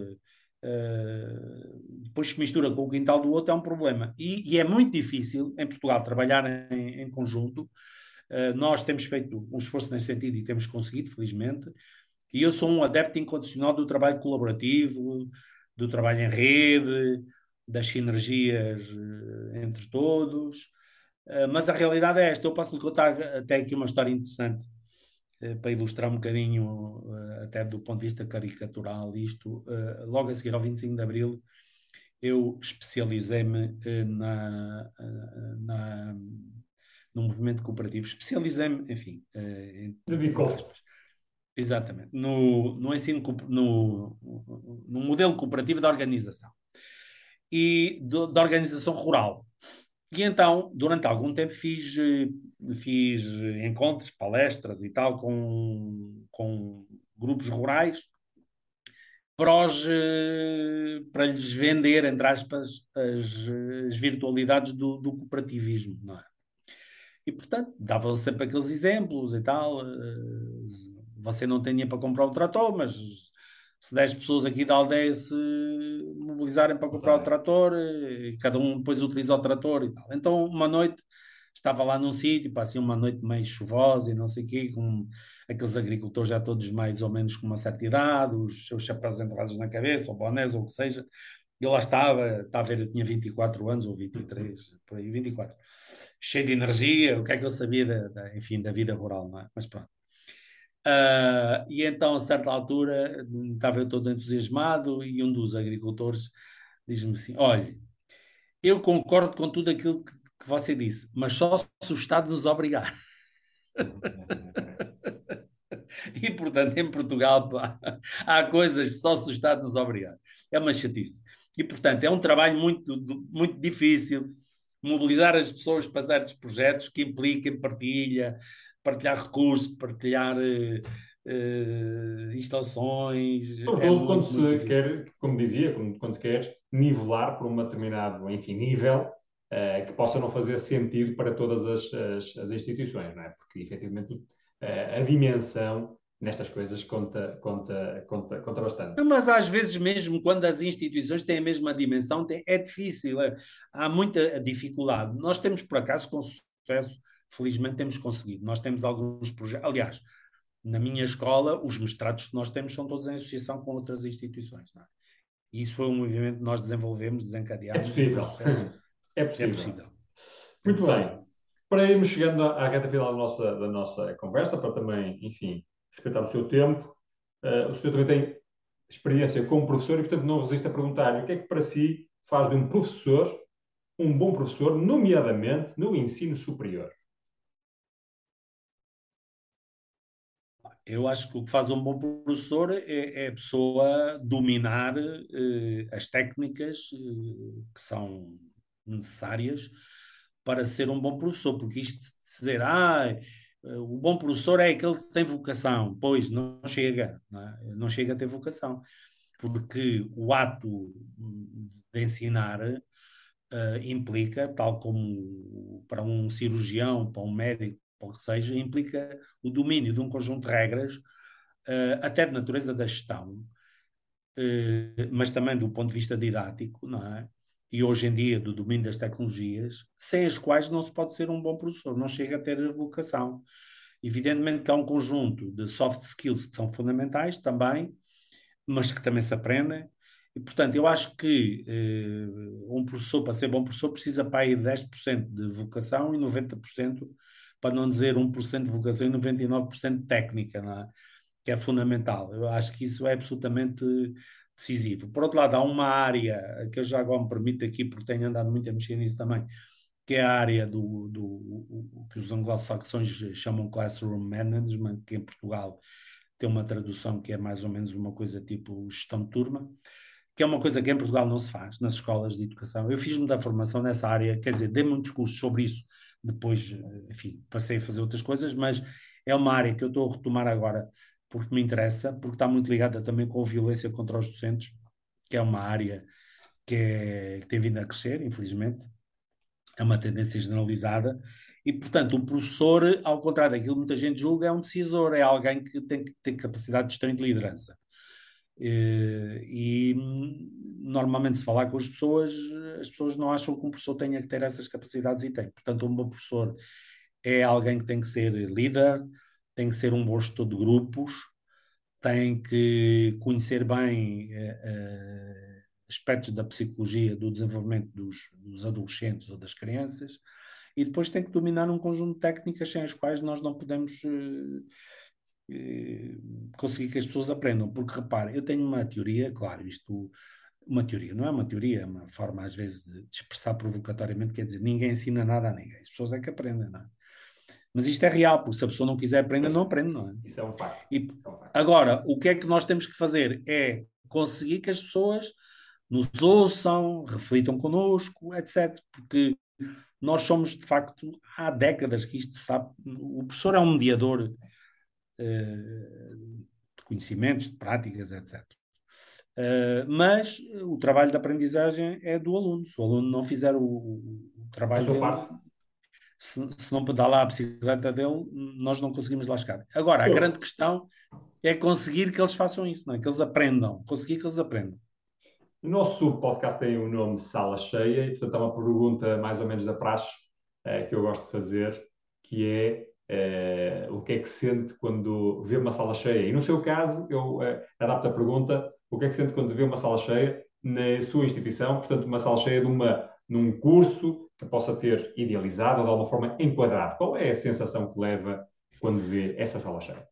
depois se mistura com o quintal do outro, é um problema. E é muito difícil em Portugal trabalhar em conjunto. Nós temos feito um esforço nesse sentido e temos conseguido, felizmente. E eu sou um adepto incondicional do trabalho colaborativo, do trabalho em rede, das sinergias entre todos. Mas a realidade é esta. Eu posso lhe contar até aqui uma história interessante para ilustrar um bocadinho, até do ponto de vista caricatural, isto. Logo a seguir ao 25 de Abril, eu especializei-me no movimento cooperativo. Especializei-me, enfim,
Dedicou-se.
exatamente, no ensino, no modelo cooperativo da organização e da organização rural. E então, durante algum tempo, fiz encontros, palestras e tal com grupos rurais para lhes vender, entre aspas, as virtualidades do cooperativismo, não é? E, portanto, davam sempre aqueles exemplos e tal. Você não tem dinheiro para comprar um trator, mas se 10 pessoas aqui da aldeia se mobilizarem para comprar o trator, cada um depois utiliza o trator e tal. Então, uma noite, estava lá num sítio, assim, uma noite meio chuvosa e não sei o quê, com aqueles agricultores já todos mais ou menos com uma certa idade, os seus chapéus enterrados na cabeça, ou bonés, ou o que seja. Eu lá está a ver, eu tinha 24 anos ou 23, por aí, 24. Cheio de energia, o que é que eu sabia, enfim, da vida rural, não é? Mas pronto. E então, a certa altura, estava eu todo entusiasmado e um dos agricultores diz-me assim, olha, eu concordo com tudo aquilo que você disse, mas só se o Estado nos obrigar. E, portanto, em Portugal, pá, há coisas que só se o Estado nos obrigar. É uma chatice. E, portanto, é um trabalho muito difícil mobilizar as pessoas para certos projetos que impliquem partilhar recursos, partilhar instalações. É
Sobretudo quando
muito
se
difícil.
quer, como dizia, quando se quer nivelar por um determinado, enfim, nível que possa não fazer sentido para todas as instituições, não é? Porque, efetivamente, a dimensão nestas coisas conta bastante.
Mas às vezes mesmo quando as instituições têm a mesma dimensão, é difícil, há muita dificuldade. Nós temos, por acaso, com sucesso, felizmente temos conseguido. Nós temos alguns projetos, aliás, na minha escola, os mestrados que nós temos são todos em associação com outras instituições, não é? E isso foi um movimento que nós desenvolvemos,
É
desencadeámos e
possível.
com sucesso.
É
É
possível.
possível.
Muito bem. Para irmos chegando à reta final da nossa conversa, para também, enfim, respeitar o seu tempo, o senhor também tem experiência como professor e, portanto, não resiste a perguntar-lhe o que é que para si faz de um professor um bom professor, nomeadamente no ensino superior.
Eu acho que o que faz um bom professor é a pessoa dominar as técnicas que são necessárias para ser um bom professor, porque isto de dizer, o bom professor é aquele que tem vocação, pois não chega, não é? Não chega a ter vocação, porque o ato de ensinar implica, tal como para um cirurgião, para um médico, para o que seja, implica o domínio de um conjunto de regras, até de natureza da gestão, mas também do ponto de vista didático, não é? E hoje em dia do domínio das tecnologias, sem as quais não se pode ser um bom professor, não chega a ter a vocação. Evidentemente que há um conjunto de soft skills que são fundamentais também, mas que também se aprendem. E, portanto, eu acho que um professor, para ser bom professor, precisa para aí de 10% de vocação e 90%, para não dizer 1% de vocação e 99% de técnica, não é? Que é fundamental. Eu acho que isso é absolutamente decisivo. Por outro lado, há uma área que eu já agora me permito aqui, porque tenho andado muito a mexer nisso também, que é a área do que os anglo-saxões chamam Classroom Management, que em Portugal tem uma tradução que é mais ou menos uma coisa tipo gestão de turma, que é uma coisa que em Portugal não se faz nas escolas de educação. Eu fiz muita formação nessa área, quer dizer, dei muitos cursos sobre isso, depois, enfim, passei a fazer outras coisas, mas é uma área que eu estou a retomar agora porque me interessa, porque está muito ligada também com a violência contra os docentes, que é uma área que tem vindo a crescer, infelizmente, é uma tendência generalizada, e, portanto, o professor, ao contrário daquilo que muita gente julga, é um decisor, é alguém que tem capacidade de gestão e de liderança. E normalmente se falar com as pessoas não acham que um professor tenha que ter essas capacidades e tem. Portanto, um bom professor é alguém que tem que ser líder, tem que ser um bom gestor de grupos, tem que conhecer bem aspectos da psicologia, do desenvolvimento dos adolescentes ou das crianças, e depois tem que dominar um conjunto de técnicas sem as quais nós não podemos conseguir que as pessoas aprendam. Porque, repare, eu tenho uma teoria, claro, uma teoria, não é uma teoria, é uma forma às vezes de expressar provocatoriamente, quer dizer, ninguém ensina nada a ninguém, as pessoas é que aprendem, não é? Mas isto é real, porque se a pessoa não quiser aprender, não aprende, não é?
Isso é um facto.
Agora, o que é que nós temos que fazer é conseguir que as pessoas nos ouçam, reflitam connosco, etc. Porque nós somos, de facto, há décadas que isto se sabe. O professor é um mediador de conhecimentos, de práticas, etc. Mas o trabalho de aprendizagem é do aluno. Se o aluno não fizer o trabalho dele,
parte.
Se não pedalar a bicicleta dele, nós não conseguimos lá chegar. Agora, a grande questão é conseguir que eles façam isso, não é? Que eles aprendam, conseguir que eles aprendam.
O nosso podcast tem o nome Sala Cheia, e portanto há uma pergunta mais ou menos da praxe que eu gosto de fazer, que é o que é que sente quando vê uma sala cheia? E no seu caso, eu adapto a pergunta, o que é que sente quando vê uma sala cheia na sua instituição, portanto uma sala cheia num curso que possa ter idealizado ou de alguma forma enquadrado? Qual é a sensação que leva quando vê essa sala cheia?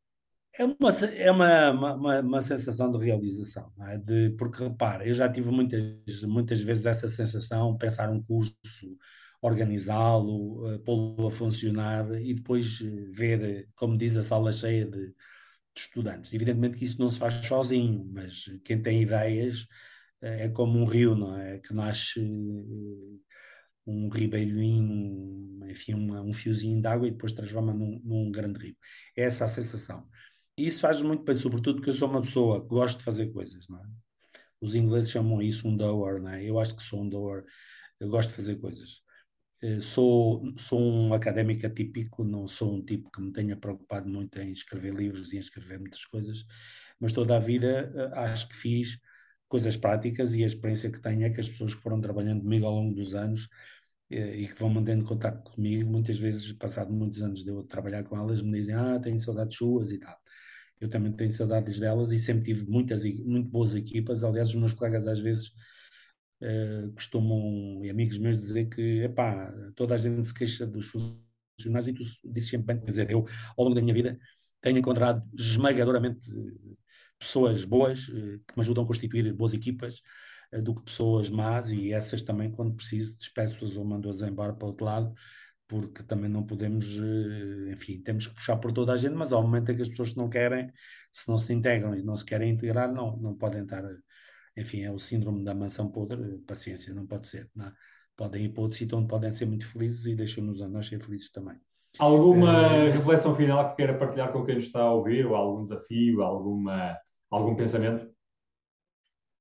É uma sensação de realização, não é? Porque, repara, eu já tive muitas vezes essa sensação, pensar um curso, organizá-lo, pô-lo a funcionar e depois ver, como diz, a sala cheia de estudantes. Evidentemente que isso não se faz sozinho, mas quem tem ideias é como um rio, não é? Que nasce um ribeirinho, enfim, um fiozinho de água e depois transforma num grande rio. É essa a sensação. E isso faz muito bem, sobretudo porque eu sou uma pessoa que gosto de fazer coisas, não é? Os ingleses chamam isso um doer, não é? Eu acho que sou um doer, eu gosto de fazer coisas. Sou um académico atípico, não sou um tipo que me tenha preocupado muito em escrever livros e em escrever muitas coisas, mas toda a vida acho que fiz coisas práticas e a experiência que tenho é que as pessoas que foram trabalhando comigo ao longo dos anos e que vão mantendo contato comigo, muitas vezes, passado muitos anos de eu trabalhar com elas, me dizem, tenho saudades suas e tal. Eu também tenho saudades delas e sempre tive muito boas equipas. Aliás, os meus colegas às vezes costumam, e amigos meus, dizer que, epá, toda a gente se queixa dos funcionários e tu dizes sempre bem, quer dizer, eu, ao longo da minha vida, tenho encontrado esmagadoramente pessoas boas que me ajudam a constituir boas equipas do que pessoas más, e essas também, quando preciso, despeço-as ou mando-as embora para o outro lado, porque também não podemos, enfim, temos que puxar por toda a gente, mas ao momento em que as pessoas não querem, se não se integram e não se querem integrar, não podem estar, enfim, é o síndrome da mansão podre, paciência, não pode ser, não é? Podem ir para outro sítio onde podem ser muito felizes e deixam-nos a nós ser felizes também.
Alguma reflexão final que queira partilhar com quem nos está a ouvir, ou algum desafio, algum pensamento?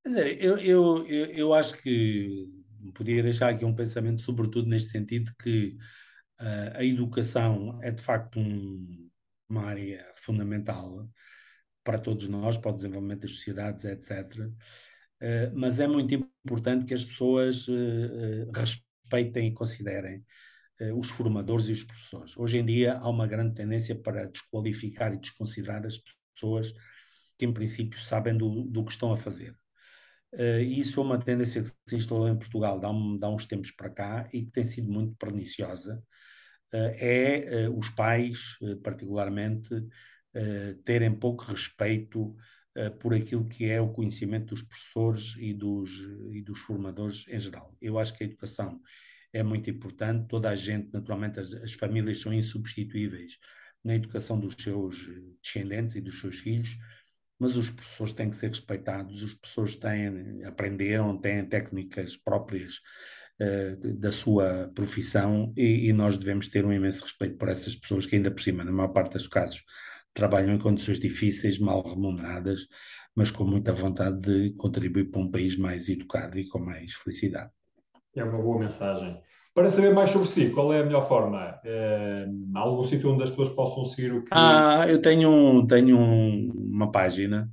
Quer dizer, eu acho que podia deixar aqui um pensamento, sobretudo neste sentido, que a educação é de facto uma área fundamental para todos nós, para o desenvolvimento das sociedades, etc. Mas é muito importante que as pessoas respeitem e considerem os formadores e os professores. Hoje em dia há uma grande tendência para desqualificar e desconsiderar as pessoas que, em princípio, sabem do que estão a fazer. E isso foi uma tendência que se instalou em Portugal dá uns tempos para cá e que tem sido muito perniciosa. Os pais, particularmente, terem pouco respeito por aquilo que é o conhecimento dos professores e dos formadores em geral. Eu acho que a educação é muito importante, toda a gente, naturalmente, as famílias são insubstituíveis na educação dos seus descendentes e dos seus filhos, mas os professores têm que ser respeitados, os professores aprenderam, têm técnicas próprias da sua profissão e nós devemos ter um imenso respeito por essas pessoas que ainda por cima, na maior parte dos casos, trabalham em condições difíceis, mal remuneradas, mas com muita vontade de contribuir para um país mais educado e com mais felicidade.
É uma boa mensagem. Para saber mais sobre si, qual é a melhor forma? Há algum sítio onde as pessoas possam seguir o que...
Eu tenho uma página,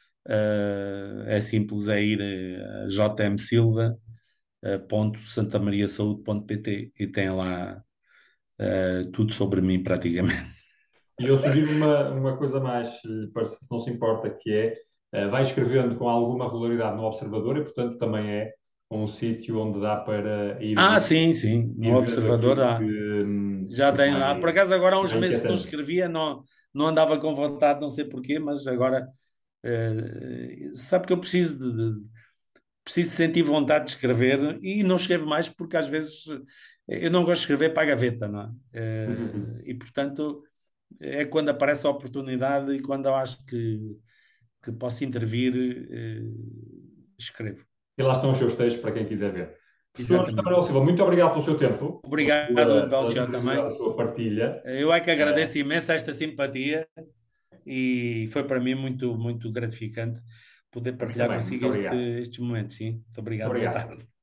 é simples, é ir a jmsilva.santamariasaude.pt e tem lá tudo sobre mim praticamente.
E eu sugiro uma coisa mais, se não se importa, que vai escrevendo com alguma regularidade no Observador e, portanto, também é um sítio onde dá para ir...
Sim, no Observador dá. Já tenho lá. Por acaso agora há uns meses que não escrevia, não andava com vontade, não sei porquê, mas agora sabe que eu preciso de sentir vontade de escrever e não escrevo mais porque às vezes eu não gosto de escrever para a gaveta, não é? E portanto é quando aparece a oportunidade e quando eu acho que posso intervir, escrevo.
E lá estão os seus textos para quem quiser ver. Professor
Exatamente.
Manuel Silva, muito obrigado pelo seu tempo.
Obrigado, Belchior, também.
A sua partilha.
Eu é que agradeço imenso esta simpatia e foi para mim muito, muito gratificante poder partilhar consigo estes momentos. Sim, muito obrigado. Boa tarde.